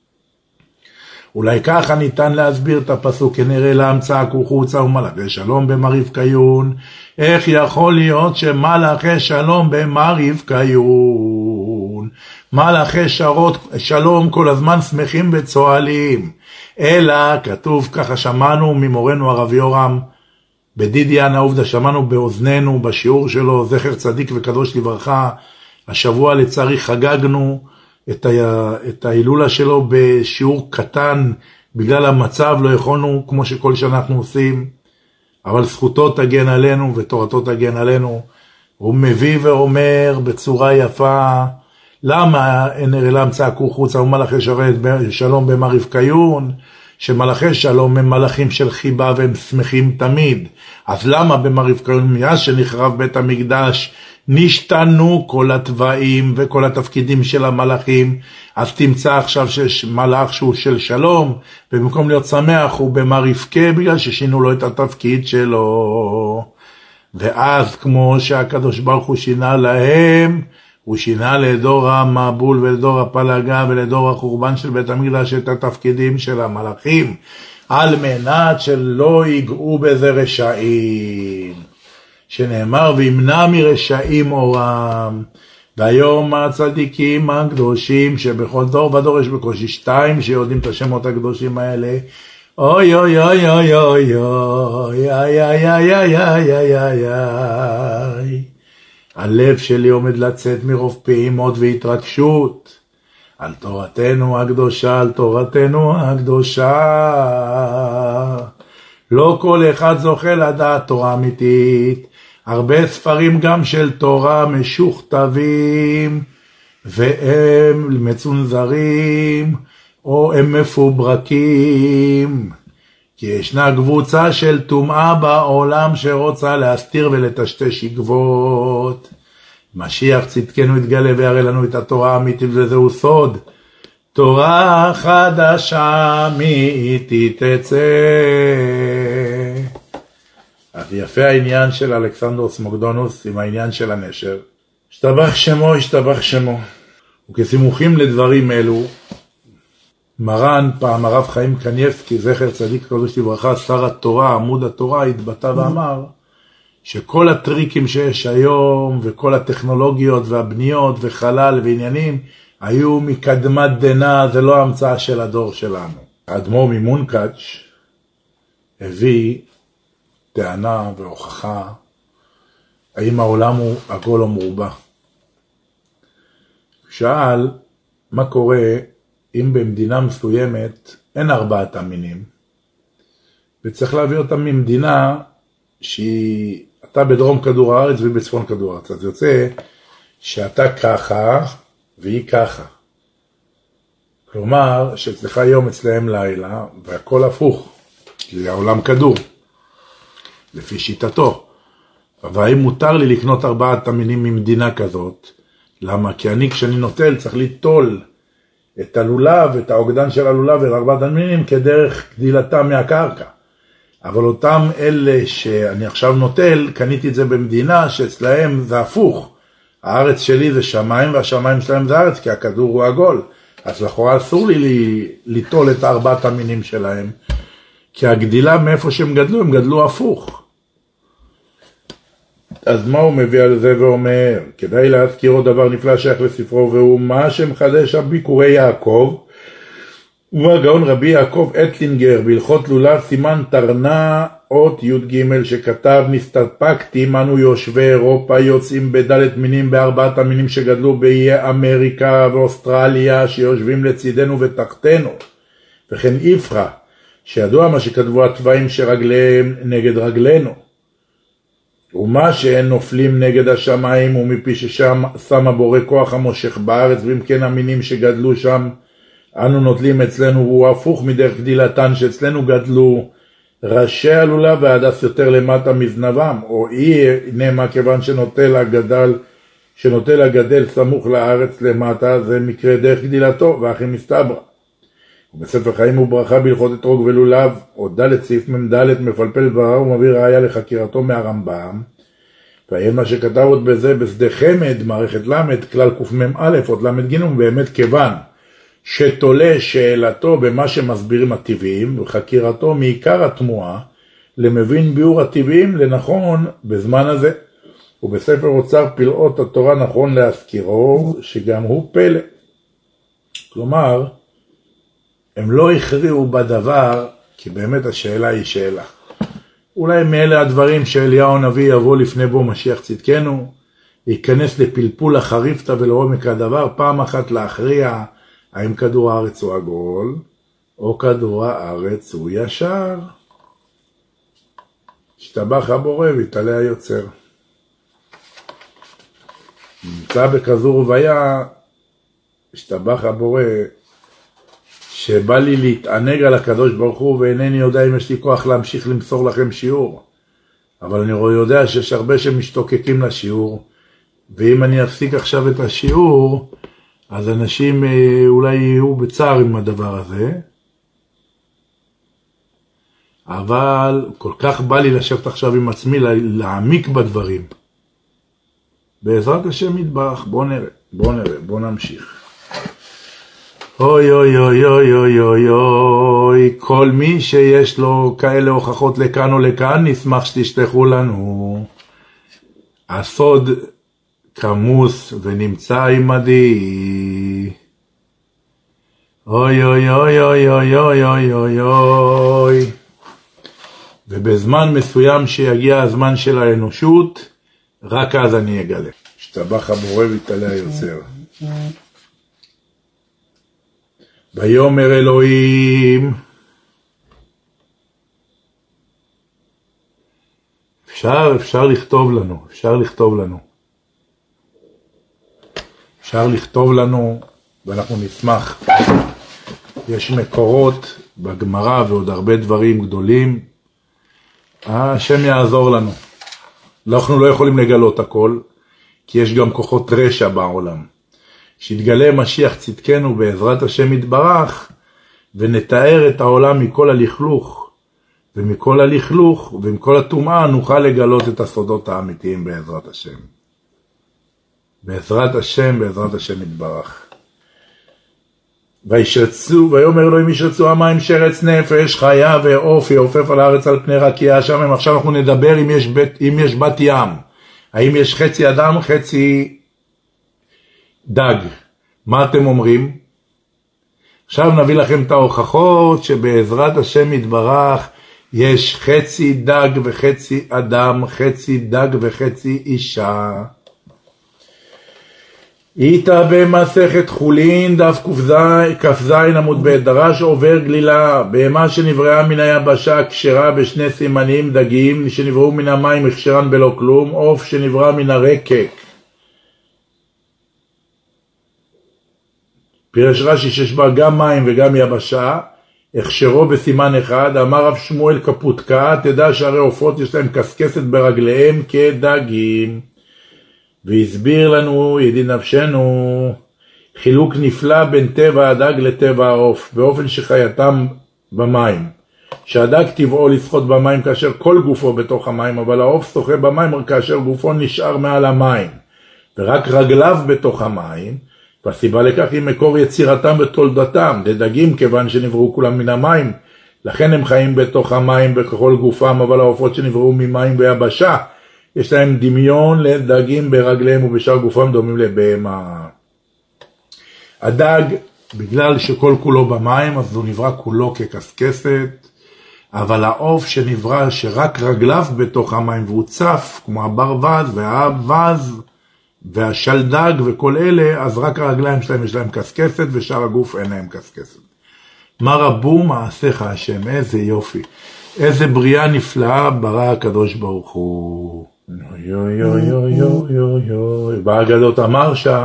אולי ככה ניתן להסביר את הפסוק, כנראה להמצאה כוחוצה ומלאכי שלום במריב קיון. איך יכול להיות שמלאכי שלום במריב קיון? מלאכי שלום כל הזמן שמחים וצועלים. אלא כתוב, ככה שמענו ממורנו הרב יורם, בדידיאן העובדה, שמענו באוזנינו בשיעור שלו, זכר צדיק וקדוש לברכה. השבוע לצערי חגגנו את, ה... את ההילולה שלו בשיעור קטן, בגלל המצב לא יכולנו כמו שכל שנה אנחנו עושים, אבל זכותו תגן עלינו ותורתו תגן עלינו. הוא מביא ואומר בצורה יפה, למה אין נראה צעקו חוצה ומלאכי שלום במריב קיון? שמלאכי שלום הם מלאכים של חיבה והם שמחים תמיד. אז למה במריב קיון, מאז שנחרב בית המקדש, נשתנו כל הטבעים וכל התפקידים של המלאכים? אז תמצא עכשיו שיש מלאך שהוא של שלום, ובמקום להיות שמח הוא במריבקה, בגלל ששינו לו את התפקיד שלו. ואז כמו שהקדוש ברוך הוא שינה להם, הוא שינה לדור המבול ולדור הפלגה ולדור החורבן של בית המקדש את התפקידים של המלאכים, על מנת שלא ייגעו בזה רשעים, שנאמר וימנע מרשעים אורם. והיום הצדיקים הקדושים שבכל דור ודור יש בקושי שתיים שיודעים את השמות הקדושים האלה, אוי אוי אוי אוי אוי אוי אוי אוי אוי אוי אוי אוי אוי. הלב שלי עומד לצאת מרוב פעימות והתרגשות על תורתנו הקדושה, על תורתנו הקדושה. לא כל אחד זוכה לדעת תורה אמיתית, הרבה ספרים גם של תורה משוכתבים והם מצונזרים או הם מפוברקים, כי ישנה קבוצה של טומאה בעולם שרוצה להסתיר ולטשטש עקבות. משיח צדקנו יתגלה ויראה לנו את התורה האמיתית, וזהו סוד. תורה חדשה מאיתי תצא. אז ויפה העניין של אלכסנדרוס מוקדונוס עם העניין של הנשר. השתבח שמו, השתבח שמו. וכסימוכים לדברים אלו, מרן, פעם הרב חיים קניבסקי, זכר צדיק קדוש לברכה, שר התורה, עמוד התורה, התבטא ואמר, שכל הטריקים שיש היום, וכל הטכנולוגיות והבניות וחלל ועניינים, היו מקדמת דנא, זה לא המצאה של הדור שלנו. האדמו"ר ממונקאץ' הביא טענה והוכחה, האם העולם הוא עגול או מרובע. שאל, מה קורה אם במדינה מסוימת אין ארבעת המינים, וצריך להביא אותם ממדינה שהיא, אתה בדרום כדור הארץ ובצפון כדור הארץ, אז יוצא שאתה ככה והיא ככה. כלומר, שאצלך יום אצלהם לילה, והכל הפוך, כי זה העולם כדור, לפי שיטתו. והאם מותר לי לקנות ארבעת המינים ממדינה כזאת? למה? כי אני כשאני נוטל צריך ליטול את הלולב, את העוגדן של הלולב ואת ארבעת המינים כדרך גדילתם מהקרקע. אבל אותם אלה שאני עכשיו נוטל, קניתי את זה במדינה שאצלהם זה הפוך. הארץ שלי זה שמיים והשמיים שלהם זה הארץ, כי הכדור הוא עגול. אז לכאורה אסור לי ליטול את ארבעת המינים שלהם, כי הגדילה מאיפה שהם גדלו, הם גדלו הפוך. אז מה הוא מביא על זה ואומר? כדאי להזכיר עוד דבר נפלא שייך לספרו, והוא מה שמחדש הביקורי יעקב, והגאון רבי יעקב אטלינגר בהלכות לולב סימן תרנה אות י' ג' שכתב, נסתפקתי אנו יושבי אירופה יוצאים בדלת מינים בארבעת המינים שגדלו באיי אמריקה ואוסטרליה שיושבים לצידנו ותחתנו, וכן איפרה שידוע מה שכתבו התוואים שרגליהם נגד רגלינו, ומה שאין נופלים נגד השמיים ומפי ששם שם הבורא כוח המושך בארץ, ואם כן המינים שגדלו שם אנו נוטלים אצלנו, והוא הפוך מדרך גדילתן שאצלנו גדלו ראשי הלולב והדס יותר למטה מזנבם, או אי נאמה כיוון שנוטל הגדל, שנוטל הגדל סמוך לארץ למטה, זה מקרה דרך גדילתו, ואחי מסתברא. ובספר חיים וברכה בהלכות אתרוג ולולב, או ד' סעיף מ"ד מפלפל דבריו ומביא ראיה לחקירתו מהרמב"ם, והאם מה שכתב עוד בזה בשדה חמד, מערכת למד, כלל קמ"א, עוד למד גינום, באמת כיוון שתולה שאלתו במה שמסבירים הטבעים, וחקירתו מעיקר התמועה, למבין ביאור הטבעים לנכון בזמן הזה. ובספר אוצר פלאות התורה נכון להזכירו, שגם הוא פלא. כלומר, הם לא הכריעו בדבר, כי באמת השאלה היא שאלה. אולי מאלה הדברים שאליהו הנביא יבוא לפני בו משיח צדקנו, ייכנס לפלפול החריפתא ולעומק הדבר, פעם אחת להכריע האם כדור הארץ הוא עגול, או כדור הארץ הוא ישר. השתבח הבורא והתעלה היוצר. נמצא בכזו רוויה, השתבח הבורא, שבא לי להתענג על הקדוש ברוך הוא, ואינני יודע אם יש לי כוח להמשיך למסור לכם שיעור. אבל אני יודע שיש הרבה שמשתוקקים לשיעור, ואם אני אפסיק עכשיו את השיעור, אז אנשים אולי יהיו בצער עם הדבר הזה. אבל כל כך בא לי לשבת עכשיו עם עצמי, להעמיק בדברים. בעזרת השם יתברך, בוא נראה, בוא נראה, בוא נמשיך. אוי אוי אוי אוי אוי אוי אוי, כל מי שיש לו כאלה הוכחות לכאן או לכאן, נשמח שתשלחו לנו. הסוד כמוס ונמצא עמדי. אוי אוי אוי אוי אוי אוי אוי אוי אוי. ובזמן מסוים שיגיע הזמן של האנושות, רק אז אני אגלה. השתבח הבורא והתעלה היוצר. ויאמר אלוהים, אפשר, אפשר לכתוב לנו, אפשר לכתוב לנו. אפשר לכתוב לנו, ואנחנו נשמח. יש מקורות בגמרא ועוד הרבה דברים גדולים. השם יעזור לנו. אנחנו לא יכולים לגלות הכל, כי יש גם כוחות רשע בעולם. שיתגלה משיח צדקנו בעזרת השם יתברך, ונתאר את העולם מכל הלכלוך, ומכל הלכלוך ומכל הטומאה נוכל לגלות את הסודות האמיתיים בעזרת השם. בעזרת השם, בעזרת השם יתברך. וישרצו, ויאמר אלוהים ישרצו המים שרץ נפש, חיה ועוף, יעופף על הארץ על פני רקיע שמם. עכשיו אנחנו נדבר אם יש, בית, אם יש בת ים. האם יש חצי אדם, חצי דג. מה אתם אומרים? עכשיו נביא לכם את ההוכחות שבעזרת השם יתברך יש חצי דג וחצי אדם, חצי דג וחצי אישה. איתה במסכת חולין, דף כ"ז עמוד ב', דרש עובר גלילה, בהמה שנבראה מן היבשה כשרה בשני סימנים, דגים שנבראו מן המים הכשרן בלא כלום, עוף שנברא מן הרקק. פירש רש"י שיש בה גם מים וגם יבשה, הכשרו בסימן אחד. אמר רב שמואל קפוטקה, תדע שהרי עופות יש להם קסקסת ברגליהם כדגים. והסביר לנו ידיד נפשנו חילוק נפלא בין טבע הדג לטבע העוף, באופן שחייתם במים, שהדג טבעו לשחות במים כאשר כל גופו בתוך המים, אבל העוף שוחה במים כאשר גופו נשאר מעל המים ורק רגליו בתוך המים, והסיבה לכך היא מקור יצירתם ותולדתם. לדגים כיוון שנבראו כולם מן המים, לכן הם חיים בתוך המים בכל גופם, אבל העופות שנבראו ממים ויבשה יש להם דמיון לדגים ברגליהם ובשאר גופם דומים לבהמה. הדג, בגלל שכל כולו במים, אז הוא נברא כולו כקסקסת, אבל העוף שנברא שרק רגליו בתוך המים והוא צף, כמו הברווז והאבז והשלדג וכל אלה, אז רק הרגליים שלהם יש להם קסקסת ושאר הגוף אין להם קסקסת. מה רבו מעשיך השם, איזה יופי, איזה בריאה נפלאה ברא הקדוש ברוך הוא. יוי יוי יוי יוי יוי יוי. בהגדות אמר שה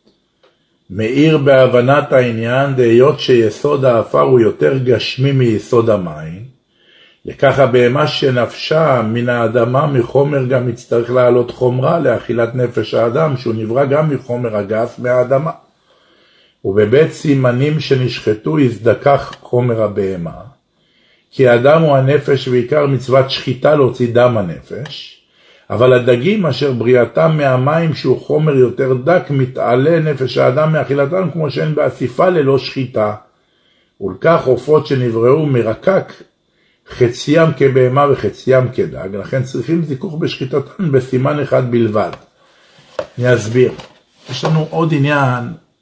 מאיר בהבנת העניין, דהיות שיסוד האפר הוא יותר גשמי מיסוד המים, לכך הבהמה שנפשה מן האדמה מחומר גם יצטרך לעלות חומרה לאכילת נפש האדם, שהוא נברא גם מחומר הגס מהאדמה. ובבית סימנים שנשחטו יזדכך חומר הבהמה, כי האדם הוא הנפש ועיקר מצוות שחיטה להוציא דם הנפש, אבל הדגים אשר בריאתם מהמים שהוא חומר יותר דק מתעלה נפש האדם מאכילתם, כמו שאין באסיפה ללא שחיטה. ולכך עופות שנבראו מרקק חציים כבהמה וחציים כדג, לכן צריכים זיכוך בשחיטתן בסימן אחד בלבד. אני אסביר. יש לנו עוד עניין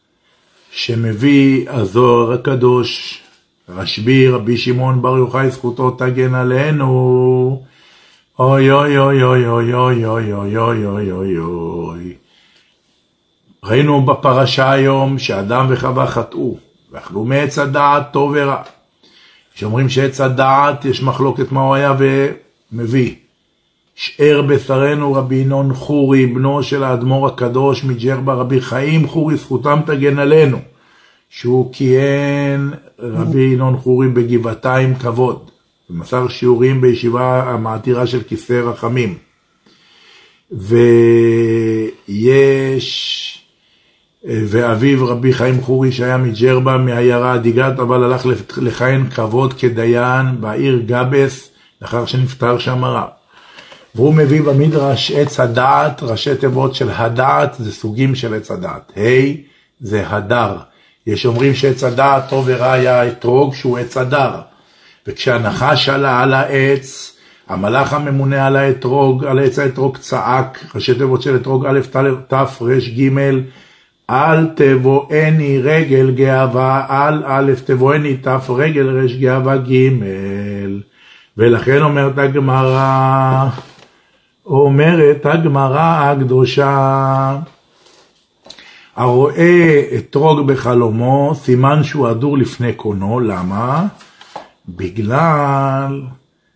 שמביא הזוהר הקדוש, רשב"י, רבי שמעון בר יוחאי זכותו תגן עלינו. אוי אוי אוי אוי אוי אוי אוי אוי אוי אוי אוי אוי. ראינו בפרשה היום שאדם וחווה חטאו ואכלו מעץ הדעת טוב ורע. כשאומרים שעץ הדעת יש מחלוקת מה הוא היה ומביא. שאר בשרנו רבי ינון חורי, בנו של האדמו"ר הקדוש מג'רבה, רבי חיים חורי זכותם תגן עלינו, שהוא כיהן רבי ינון חורי בגבעתיים כבוד, ומסר שיעורים בישיבה המעתירה של כיסא רחמים. ויש ואביו רבי חיים חורי שהיה מג'רבה מהעיירה הדיגת, אבל הלך לכהן כבוד כדיין בעיר גבס לאחר שנפטר שם הרב. והוא מביא במדרש עץ הדעת, ראשי תיבות של הדעת זה סוגים של עץ הדעת. ה' זה הדר. יש אומרים שעץ הדעת טוב ורע היה אתרוג שהוא עץ הדר, וכשהנחש עלה על העץ, המלאך הממונה על האתרוג, על עץ האתרוג צעק, ראשי תיבות של אתרוג א' ת' ר' ג', אל תבואני רגל גאווה, אל א' תבואני ת' רגל ר' גאווה ג'. ולכן אומרת הגמרא, אומרת הגמרא הקדושה, הרואה אתרוג בחלומו, סימן שהוא אדור לפני קונו. למה? בגלל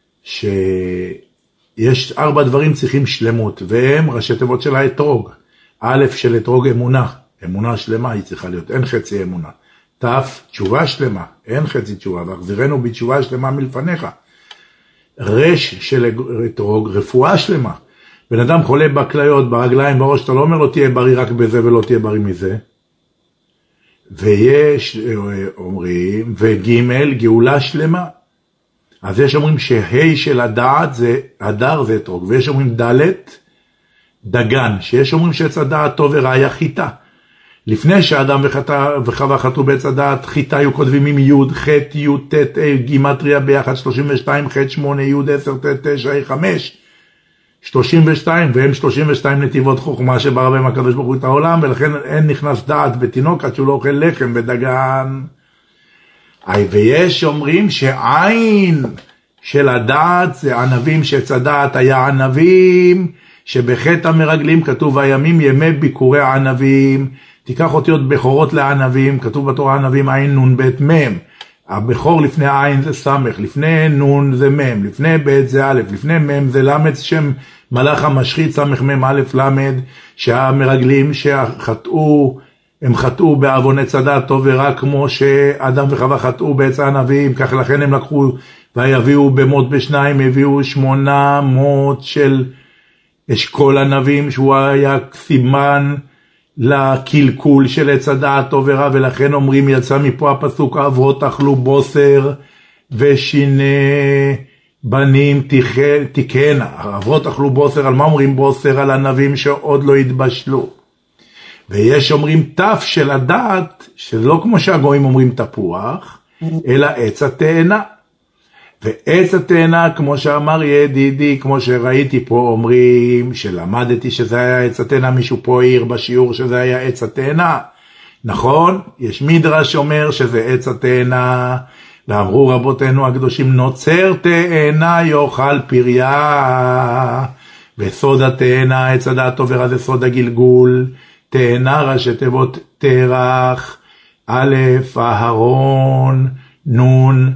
שיש ארבע דברים צריכים שלמות, והם ראשי תיבות של האתרוג. א' של אתרוג אמונה, אמונה שלמה היא צריכה להיות, אין חצי אמונה. ת' תשובה שלמה, אין חצי תשובה, והחזירנו בתשובה שלמה מלפניך. רש של אתרוג, רפואה שלמה. בן אדם חולה בכליות, ברגליים, בראש, אתה לא אומר לו תהיה בריא רק בזה ולא תהיה בריא מזה. ויש, אומרים, וג' גאולה שלמה. אז יש אומרים שהי של הדעת זה הדר זה אתרוג, ויש אומרים דלת דגן, שיש אומרים שעץ הדעת טוב ורע היה חיטה. לפני שאדם וחווה חטאו בעץ הדעת, חיטה היו כותבים עם י' ח' י' ט' ה' גימטריה ביחד שלושים ושתיים, ח' שמונה, י' עשר, ט' תשע, ה' חמש, שלושים ושתיים, והם שלושים ושתיים נתיבות חוכמה שברא בהם הקדוש ברוך הוא את העולם, ולכן אין נכנס דעת בתינוק עד שהוא לא אוכל לחם ודגן. ויש אומרים שעין של הדעת זה ענבים, שעץ הדעת היה ענבים, שבחטא המרגלים כתוב הימים ימי ביקורי הענבים, תיקח אותיות בכורות לענבים, כתוב בתורה ענבים עין נון בית מם, הבכור לפני עין זה סמך, לפני נון זה מם, לפני בית זה א', לפני מם זה למד, שם מלאך המשחית סמך מם א' למד, שהמרגלים שחטאו, הם חטאו בעוון עץ הדעת טוב ורע, כמו שאדם וחווה חטאו בעץ הענבים, כך לכן הם לקחו ויביאו במות בשניים, הביאו שמונה מות של אשכול ענבים, שהוא היה סימן לקלקול של עץ הדעת טוב ורע, ולכן אומרים יצא מפה הפסוק אבות אכלו בוסר ושיני בנים תיקנה. אבות אכלו בוסר, על מה אומרים בוסר? על ענבים שעוד לא התבשלו. ויש אומרים תף של הדעת, שלא כמו שהגויים אומרים תפוח, אלא עץ התאנה. ועץ התאנה, כמו שאמר ידידי, כמו שראיתי פה אומרים, שלמדתי שזה היה עץ התאנה, מישהו פה העיר בשיעור שזה היה עץ התאנה. נכון? יש מדרש אומר שזה עץ התאנה, ואמרו רבותינו הקדושים, נוצר תאנה יאכל פריה, וסוד התאנה, עץ הדעת טוב ורע זה סוד הגלגול, תאנה ראשי תיבות תרח, א' אהרון, נון,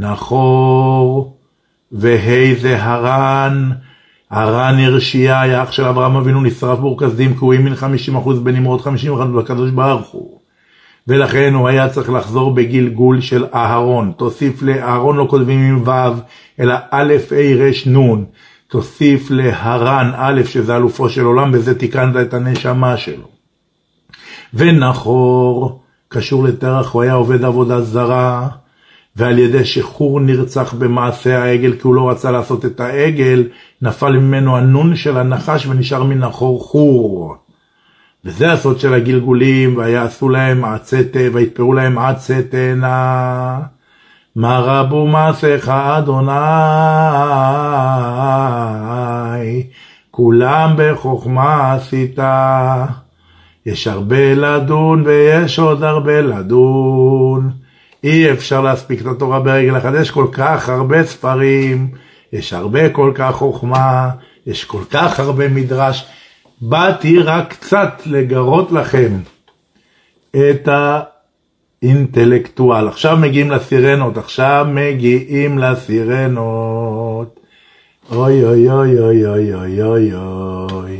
נחור, והי זה הרן, הרן הרשיע, היה אח של אברהם אבינו, נשרף באור כסדים, כי הוא האמין חמישים אחוז בנמרוד, חמישים אחוז בקדוש ברוך הוא. ולכן הוא היה צריך לחזור בגלגול של אהרון. תוסיף לאהרון לא כותבים עם ו', אלא א' ה' ר' נון. תוסיף להרן א' שזה אלופו של עולם, וזה תיקנת את הנשמה שלו. ונחור, קשור לתרח, הוא היה עובד עבודה זרה, ועל ידי שחור נרצח במעשה העגל, כי הוא לא רצה לעשות את העגל, נפל ממנו הנון של הנחש ונשאר מנחור חור. וזה הסוד של הגלגולים, ויעשו להם עצת, ויתפרו להם עצת תאנה. מה רבו מעשיך אדוני, כולם בחוכמה עשית. יש הרבה לדון ויש עוד הרבה לדון. אי אפשר להספיק את התורה ברגל אחד, יש כל כך הרבה ספרים, יש הרבה כל כך חוכמה, יש כל כך הרבה מדרש. באתי רק קצת לגרות לכם את האינטלקטואל. עכשיו מגיעים לסירנות, עכשיו מגיעים לסירנות. אוי אוי אוי אוי אוי אוי אוי אוי.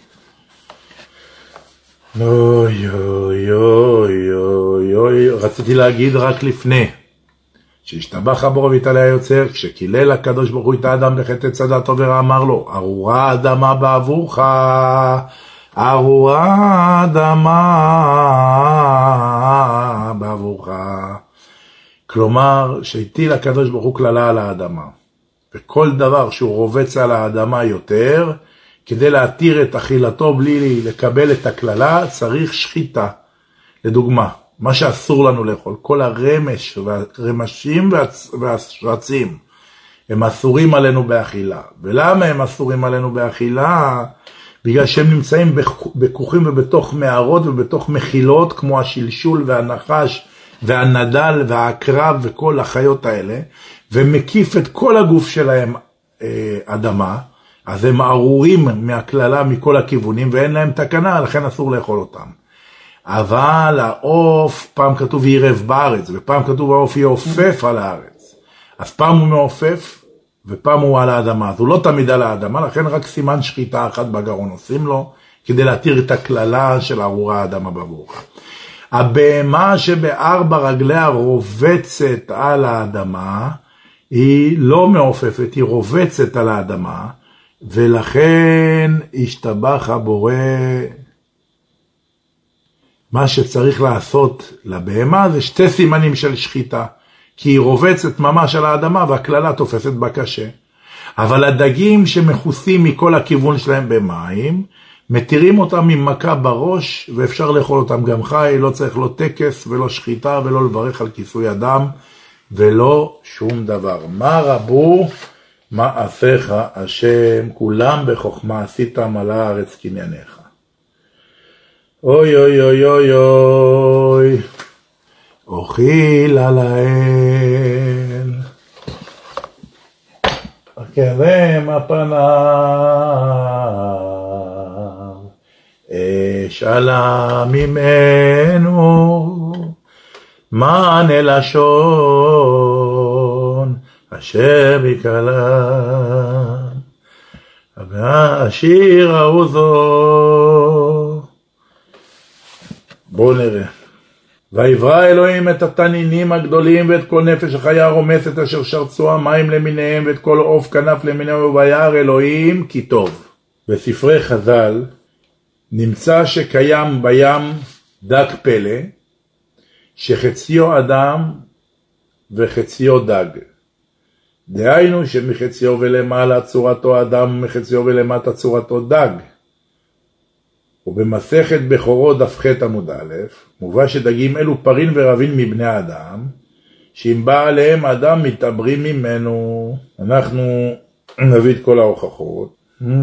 אוי אוי אוי אוי אוי. רציתי להגיד רק לפני שהשתבח הבורא והתעלה היוצר, כשקילל הקדוש ברוך הוא את האדם בחטא עץ הדעת טוב ורע, אמר לו, ארורה אדמה בעבורך, ארורה אדמה בעבורך. כלומר, שהטיל הקדוש ברוך הוא כללה על האדמה, וכל דבר שהוא רובץ על האדמה יותר, כדי להתיר את אכילתו בלי לקבל את הכללה, צריך שחיטה. לדוגמה, מה שאסור לנו לאכול, כל הרמש והרמשים והשרצים, הם אסורים עלינו באכילה. ולמה הם אסורים עלינו באכילה? בגלל שהם נמצאים בכוכים ובתוך מערות ובתוך מחילות, כמו השלשול והנחש והנדל והעקרב וכל החיות האלה, ומקיף את כל הגוף שלהם אדמה, אז הם ארורים מהכללה מכל הכיוונים, ואין להם תקנה, לכן אסור לאכול אותם. אבל העוף, פעם כתוב ירב בארץ, ופעם כתוב העוף יעופף על הארץ. אז פעם הוא מעופף, ופעם הוא על האדמה. אז הוא לא תמיד על האדמה, לכן רק סימן שחיטה אחת בגרון עושים לו, כדי להתיר את הכללה של ארורה האדמה בבורחה. הבהמה שבארבע רגליה רובצת על האדמה, היא לא מעופפת, היא רובצת על האדמה, ולכן השתבח הבורא. מה שצריך לעשות לבהמה זה שתי סימנים של שחיטה. כי היא רובצת ממש על האדמה והכללה תופסת בה קשה. אבל הדגים שמכוסים מכל הכיוון שלהם במים, מתירים אותם עם מכה בראש, ואפשר לאכול אותם גם חי, לא צריך לא טקס ולא שחיטה ולא לברך על כיסוי אדם, ולא שום דבר. מה רבו מעשיך השם, כולם בחוכמה עשיתם על הארץ קנייניך. אוי אוי אוי אוי אוי, אוכילה לאל, הקרם הפניו, אשאלה ממנו, מענה לשון, אשר יקלה, והשיר העוזו. בואו נראה. ויברא אלוהים את התנינים הגדולים ואת כל נפש החיה הרומסת אשר שרצו המים למיניהם ואת כל עוף כנף למיניהם, וירא אלוהים כי טוב. בספרי חז"ל נמצא שקיים בים דג פלא שחציו אדם וחציו דג. דהיינו שמחציו ולמעלה צורתו אדם ומחציו ולמטה צורתו דג. ובמסכת בכורות דף ח' עמוד א' מובא שדגים אלו פרין ורבין מבני האדם, שאם בא עליהם אדם מתעברים ממנו. אנחנו נביא את כל ההוכחות.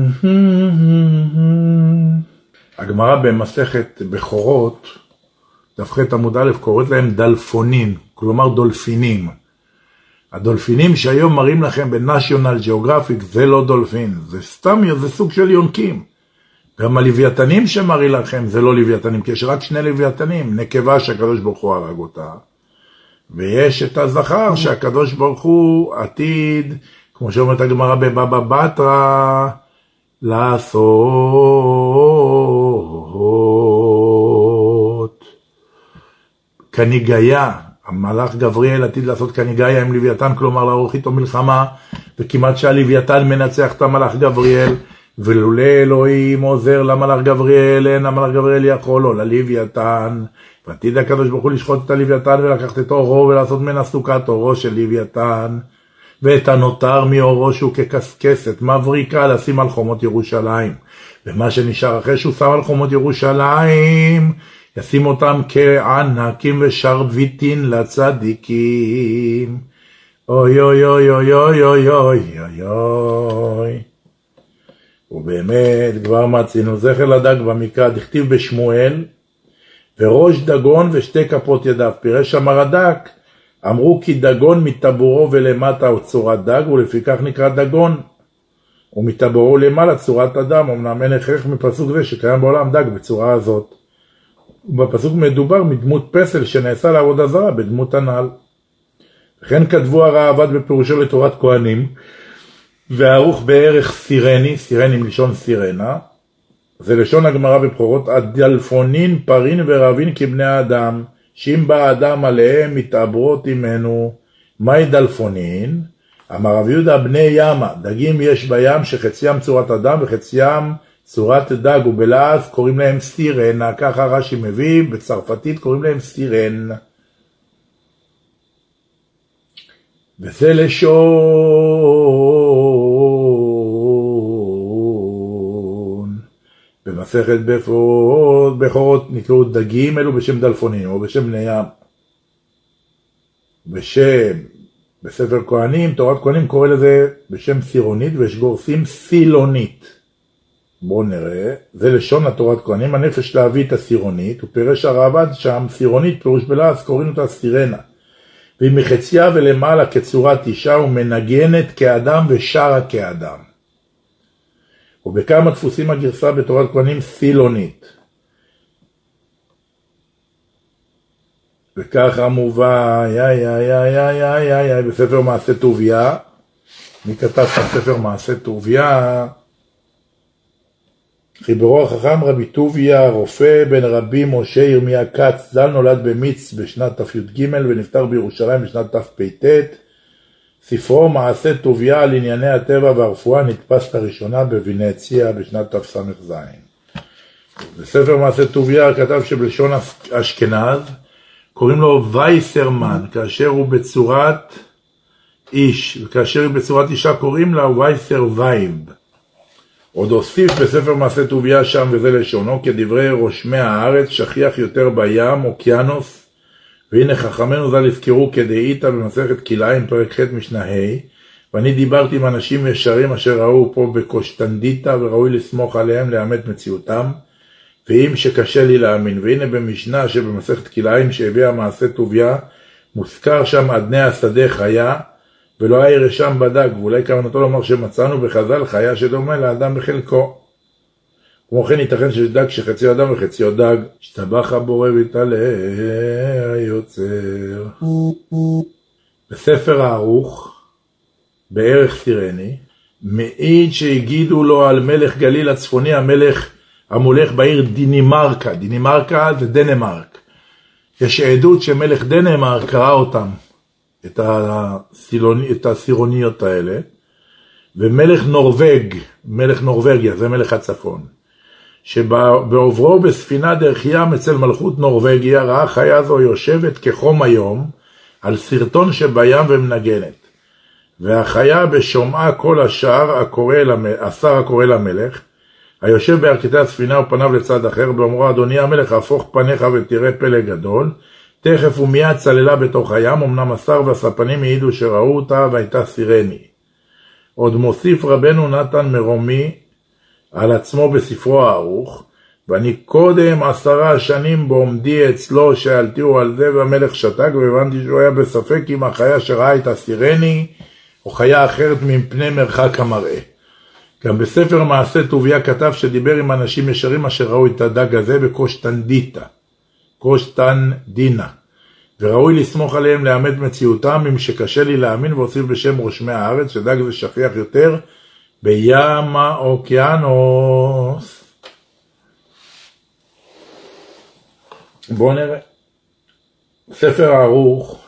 הגמרא במסכת בכורות דף ח' עמוד א' קוראת להם דלפונין, כלומר דולפינים. הדולפינים שהיום מראים לכם בנשיונל ג'אוגרפיק זה לא דולפין, זה סתם, זה סוג של יונקים. גם הלוויתנים שמראה לכם זה לא לוויתנים, כי יש רק שני לוויתנים, נקבה שהקדוש ברוך הוא הרג אותה, ויש את הזכר שהקדוש ברוך הוא עתיד, כמו שאומרת הגמרא בבבא בתרא, לעשות כניגיה. המלאך גבריאל עתיד לעשות כניגיה עם לוויתן, כלומר לערוך איתו מלחמה, וכמעט שהלוויתן מנצח את המלאך גבריאל, ולולא אלוהים עוזר למלאך גבריאל, אין המלאך גבריאל יכול לו ללוויתן, ועתיד הקדוש ברוך הוא לשחוט את הלוויתן ולקחת את אורו ולעשות מן סוכת אורו של לוויתן, ואת הנותר מאורו שהוא כקסקסת מבריקה לשים על חומות ירושלים, ומה שנשאר אחרי שהוא שם על חומות ירושלים ישים אותם כענקים ושרביטין לצדיקים. אוי אוי אוי אוי אוי אוי אוי אוי אוי. ובאמת כבר מצינו זכר לדג במקרא, דכתיב בשמואל, וראש דגון ושתי כפות ידיו. פירש המרד"ק, אמרו כי דגון מטבורו ולמטה הוא צורת דג, ולפיכך נקרא דגון, ומטבורו למעלה צורת אדם. אמנם אין הכרח מפסוק זה שקיים בעולם דג בצורה הזאת. ובפסוק מדובר מדמות פסל שנעשה לעבודה זרה בדמות הנעל. וכן כתבו הראב"ד בפירושו לתורת כהנים, וערוך בערך סירני, סירני מלשון סירנה, זה לשון הגמרא בבכורות, הדלפונין פרין ורבין כבני האדם, שאם בא האדם עליהם מתעברות עמנו. מהי דלפונין? אמר רב יהודה בני ימה, דגים יש בים שחציים צורת אדם וחציים צורת דג, ובלעז קוראים להם סירנה, ככה רש"י מביא, בצרפתית קוראים להם סירן. וזה לשון במסכת בכורות, בכורות נקראו דגים אלו בשם דלפונים או בשם בני ים. בשם בספר כהנים, תורת כהנים קורא לזה בשם סירונית, ויש גורסים סילונית. בואו נראה, זה לשון התורת כהנים, הנפש להביא את הסירונית, ופירש הראב"ד שם סירונית פירוש בלעז קוראים אותה סירנה, והיא מחציה ולמעלה כצורת אישה ומנגנת כאדם ושרה כאדם. ובכמה דפוסים הגרסה בתורת כהנים סילונית. וככה מובא יא יא יא יא יא יא יא בספר מעשה טוביה. מי כתב בספר מעשה טוביה? חיברו החכם רבי טוביה, רופא בן רבי משה ירמיה כץ, ז"ל, נולד במיץ בשנת ת"ג ונפטר בירושלים בשנת תפ"ט. ספרו מעשה טוביה על ענייני הטבע והרפואה נדפס לראשונה בוונציה בשנת תס"ז. בספר מעשה טוביה כתב שבלשון אשכנז, קוראים לו וייסרמן, כאשר הוא בצורת איש, וכאשר היא בצורת אישה קוראים לה וייסר וייב. עוד הוסיף בספר מעשה טוביה שם, וזה לשונו, כדברי רושמי הארץ, שכיח יותר בים, אוקיינוס, והנה חכמנו ז"ל הזכרו כדאיתא במסכת כלאיים, פרק ח' משנה ה', ואני דיברתי עם אנשים ישרים אשר ראו פה בקושטנדיטה, וראוי לסמוך עליהם לאמת מציאותם, ואם שקשה לי להאמין. והנה במשנה שבמסכת כלאיים שהביאה מעשה טוביה, מוזכר שם עדני השדה חיה, ולא היה ירשם בדג, ואולי כוונתו לומר שמצאנו בחז"ל חיה שדומה לאדם בחלקו. כמו כן ייתכן שיש דג שחציו אדם וחציו דג, השתבח הבורא ויתעלה היוצר. בספר הערוך, בערך סירני, מעיד שהגידו לו על מלך גליל הצפוני, המלך המולך בעיר דינימרקה. דינימרקה זה דנמרק. יש עדות שמלך דנמרק קרא אותם, את, הסילוני, את הסירוניות האלה, ומלך נורווג, מלך נורווגיה, זה מלך הצפון, שבעוברו בספינה דרך ים אצל מלכות נורווגיה, ראה חיה זו יושבת כחום היום, על סרטון שבים ומנגנת. והחיה בשומעה כל השאר, השר הקורא למלך, היושב בערכתי הספינה ופניו לצד אחר, באומרו, אדוני המלך, הפוך פניך ותראה פלא גדול, תכף ומיד צללה בתוך הים, אמנם השר והספנים העידו שראו אותה והייתה סירני. עוד מוסיף רבנו נתן מרומי על עצמו בספרו הערוך, ואני קודם עשרה שנים בעומדי אצלו שאלתיהו על זה, והמלך שתק, והבנתי שהוא היה בספק אם החיה שראה את הסירני או חיה אחרת מפני מרחק המראה. גם בספר מעשה טוביה כתב שדיבר עם אנשים ישרים אשר ראו את הדג הזה בקושטנדיטה, קושטנדינה, וראוי לסמוך עליהם לאמת מציאותם, אם שקשה לי להאמין, והוסיף בשם רושמי הארץ שדג זה שכיח יותר בים האוקיינוס. בואו נראה. ספר הערוך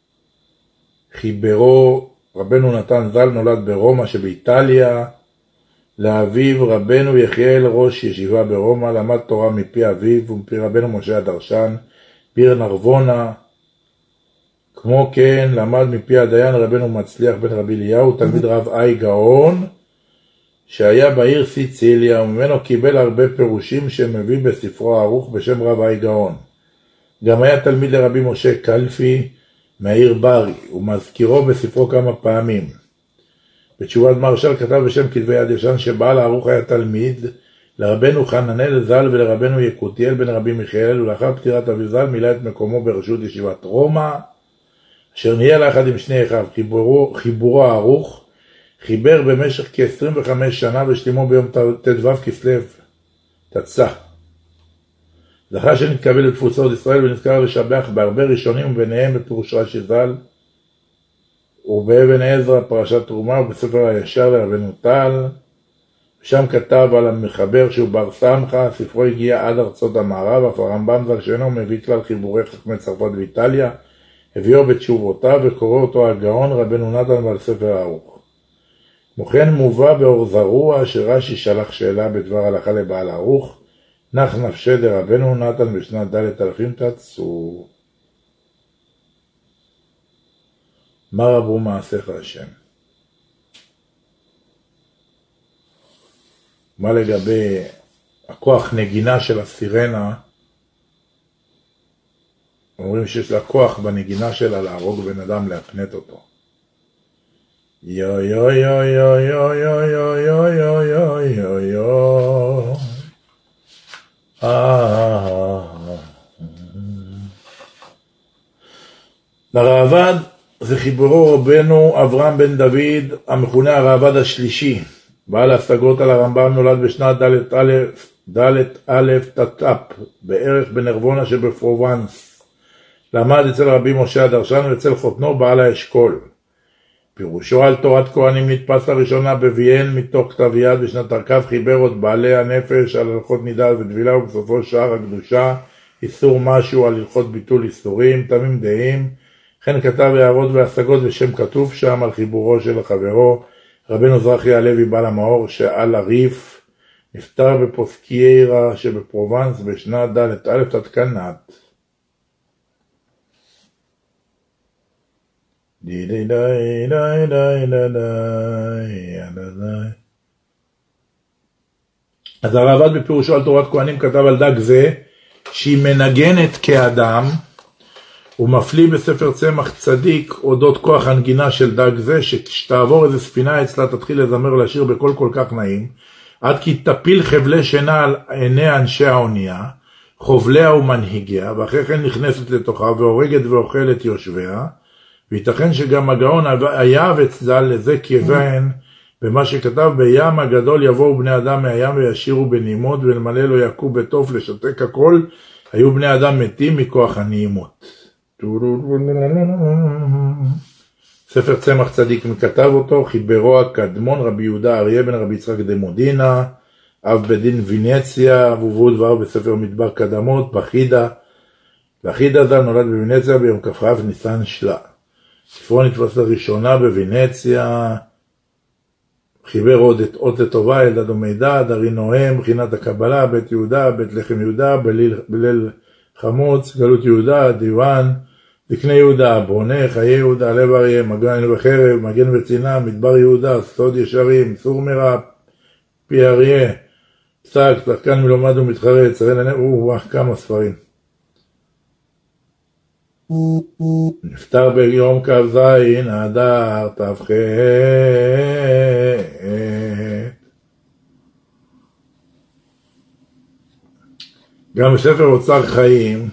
חיברו רבנו נתן ז"ל, נולד ברומא שבאיטליה, לאביו רבנו יחיאל ראש ישיבה ברומא, למד תורה מפי אביו ומפי רבנו משה הדרשן ביר נרבונה. כמו כן למד מפי הדיין רבנו מצליח בן רבי אליהו, תלמיד רב אי גאון שהיה בעיר סיציליה, וממנו קיבל הרבה פירושים שמביא בספרו הערוך בשם רב אי גאון. גם היה תלמיד לרבי משה קלפי מהעיר ברי, ומזכירו בספרו כמה פעמים. בתשובת מרשל כתב בשם כתבי יד ישן שבעל הערוך היה תלמיד לרבנו חננאל ז"ל ולרבנו יקותיאל בן רבי מיכאל, ולאחר פטירת אבי ז"ל מילא את מקומו בראשות ישיבת רומא, אשר נהיה לאחד עם שני אחיו. חיבורו, חיבורו הערוך חיבר במשך כ-עשרים וחמש שנה ושלימו ביום ט"ו כסלו תצ"א. זכה שנתקבל לתפוצות ישראל ונזכר לשבח בהרבה ראשונים, וביניהם בפירוש רש"י ז"ל ובאבן עזרא פרשת תרומה, ובספר הישר לרבנו טל. שם כתב על המחבר שהוא בר סמכה, ספרו הגיע עד ארצות המערב, אף הרמב"ם ז"ל שאינו מביא כלל חיבורי חכמי צרפת ואיטליה, הביאו בתשובותיו וקורא אותו על גאון רבנו נתן ועל ספר הערוך. כמו כן מובא באור זרוע שרש"י שלח שאלה בדבר הלכה לבעל הערוך, נח נפשי דרבנו נתן בשנת ד' אלפים תצאו. מה רבו מעשיך השם? מה לגבי הכוח נגינה של הסירנה? אומרים שיש לה כוח בנגינה שלה להרוג בן אדם, להפנט אותו. יו יו יו יו יו יו יו יו יו יו יו יו לרעב"ד זה חיבורו רבנו אברהם בן דוד, המכונה הרעב"ד השלישי, בעל השגות על הרמב"ם, נולד בשנת ד' א' תת"פ, בערך בנרבונה שבפרובנס. למד אצל רבי משה הדרשן ואצל חותנו בעל האשכול. פירושו על תורת כהנים נתפס לראשונה בוויין מתוך כתב יד בשנת תרכ"ב, חיבר עוד בעלי הנפש על הלכות נידה וטבילה, ובסופו שער הקדושה, איסור משהו על הלכות ביטול איסורים, תמים דעים. כן כתב הערות והשגות בשם כתוב שם על חיבורו של חברו רבנו זרחי הלוי בעל המאור שעל הריף, נפטר בפוסקיירה שבפרובנס בשנת ד' א' תתקנת. די די די די די די די. אז הרעב"ד בפירושו על תורת כהנים כתב על דג זה שהיא מנגנת כאדם, ומפליא בספר צמח צדיק אודות כוח הנגינה של דג זה, שכשתעבור איזה ספינה אצלה תתחיל לזמר לשיר בקול כל כך נעים, עד כי תפיל חבלי שינה על עיני אנשי האונייה, חובליה ומנהיגיה, ואחרי כן נכנסת לתוכה והורגת ואוכלת יושביה, וייתכן שגם הגאון היה וצדל לזה כיוון במה שכתב בים הגדול יבואו בני אדם מהים וישירו בנעימות ולמלא לו יקום בטוף לשתק הכל, היו בני אדם מתים מכוח הנעימות. ספר צמח צדיק מכתב אותו, חיברו הקדמון רבי יהודה אריה בן רבי יצחק דמודינה, אב בדין וינציה, ובואו דבר בספר מדבר קדמות, בחידה. בחידה ז"ל נולד בוינציה ביום כ"כ ניסן שלה. ספרו נתפס לראשונה בוינציה, חיבר עוד את אות לטובה, אלדד ומידע, דרי נוהם, בחינת הקבלה, בית יהודה, בית לחם יהודה, בליל, בליל חמוץ, גלות יהודה, דיוון, זקני יהודה, ברונה, חיי יהודה, לב אריה, מגן וחרב, מגן וצינה, מדבר יהודה, סוד ישרים, סור מרע, פי אריה, פסק, שחקן מלומד ומתחרט, שרי לנב, וואו, כמה ספרים. נפטר ביום כ"ז אדר ת"ח. גם בספר אוצר חיים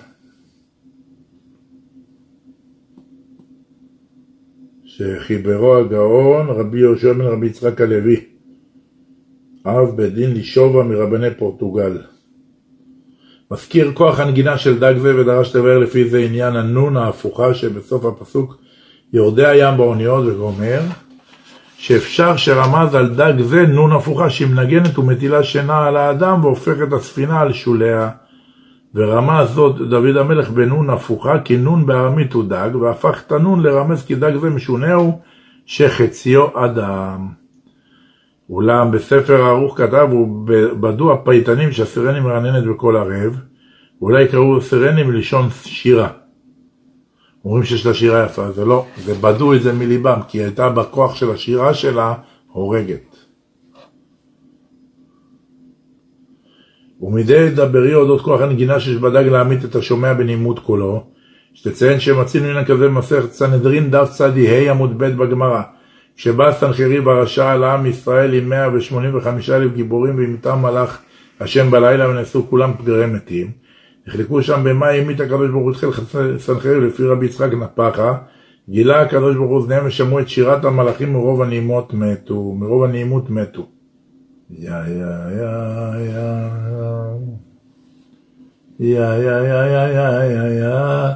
שחיברו הגאון רבי יהושע בן רבי יצחק הלוי, אב בדין לישובה מרבני פורטוגל, מזכיר כוח הנגינה של דג זה, ודרש לבאר לפי זה עניין הנון ההפוכה שבסוף הפסוק יורדי הים באוניות, וגומר שאפשר שרמז על דג זה נון הפוכה שהיא מנגנת ומטילה שינה על האדם והופך את הספינה על שוליה, ורמז זאת דוד המלך בנון הפוכה כי נון בארמית הוא דג, והפך את הנון לרמז כי דג זה משונהו שחציו אדם. אולם בספר הארוך כתב ובדו הפייטנים שהסירני מרננת בכל ערב, ואולי קראו סירני מלשון שירה. אומרים שיש לה שירה יפה, זה לא, זה בדו את זה מליבם, כי היא הייתה בכוח של השירה שלה הורגת. ומדי דברי אודות כוח הנגינה שיש בדג להעמית את השומע בנימות קולו, שתציין שמצינו עניין כזה במסכת סנהדרין דף צדי ה' עמוד ב' בגמרא, כשבא סנחריב הרשע על עם ישראל עם מאה ושמונים וחמישה אלף גיבורים ועימתם מלאך השם בלילה ונעשו כולם פגרי מתים, נחלקו שם במה העמיד הקדוש ברוך הוא התחיל סנחריב לפי רבי יצחק נפחה, גילה הקדוש ברוך הוא אוזניהם ושמעו את שירת המלאכים מרוב הנעימות מתו, מרוב הנעימות מתו. יא יא יא יא יא יא יא יא יא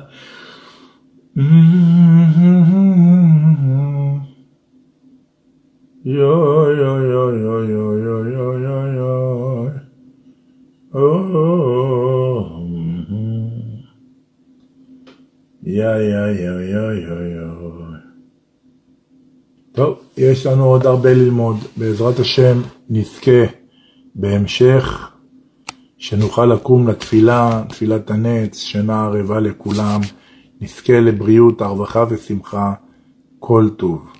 yo yo yo yo yo yo yo yo yo oh יא יא יא יא יא יא. טוב, יש לנו עוד הרבה ללמוד, בעזרת השם נזכה בהמשך שנוכל לקום לתפילה, תפילת הנץ, שנה ערבה לכולם, נזכה לבריאות, הרווחה ושמחה, כל טוב.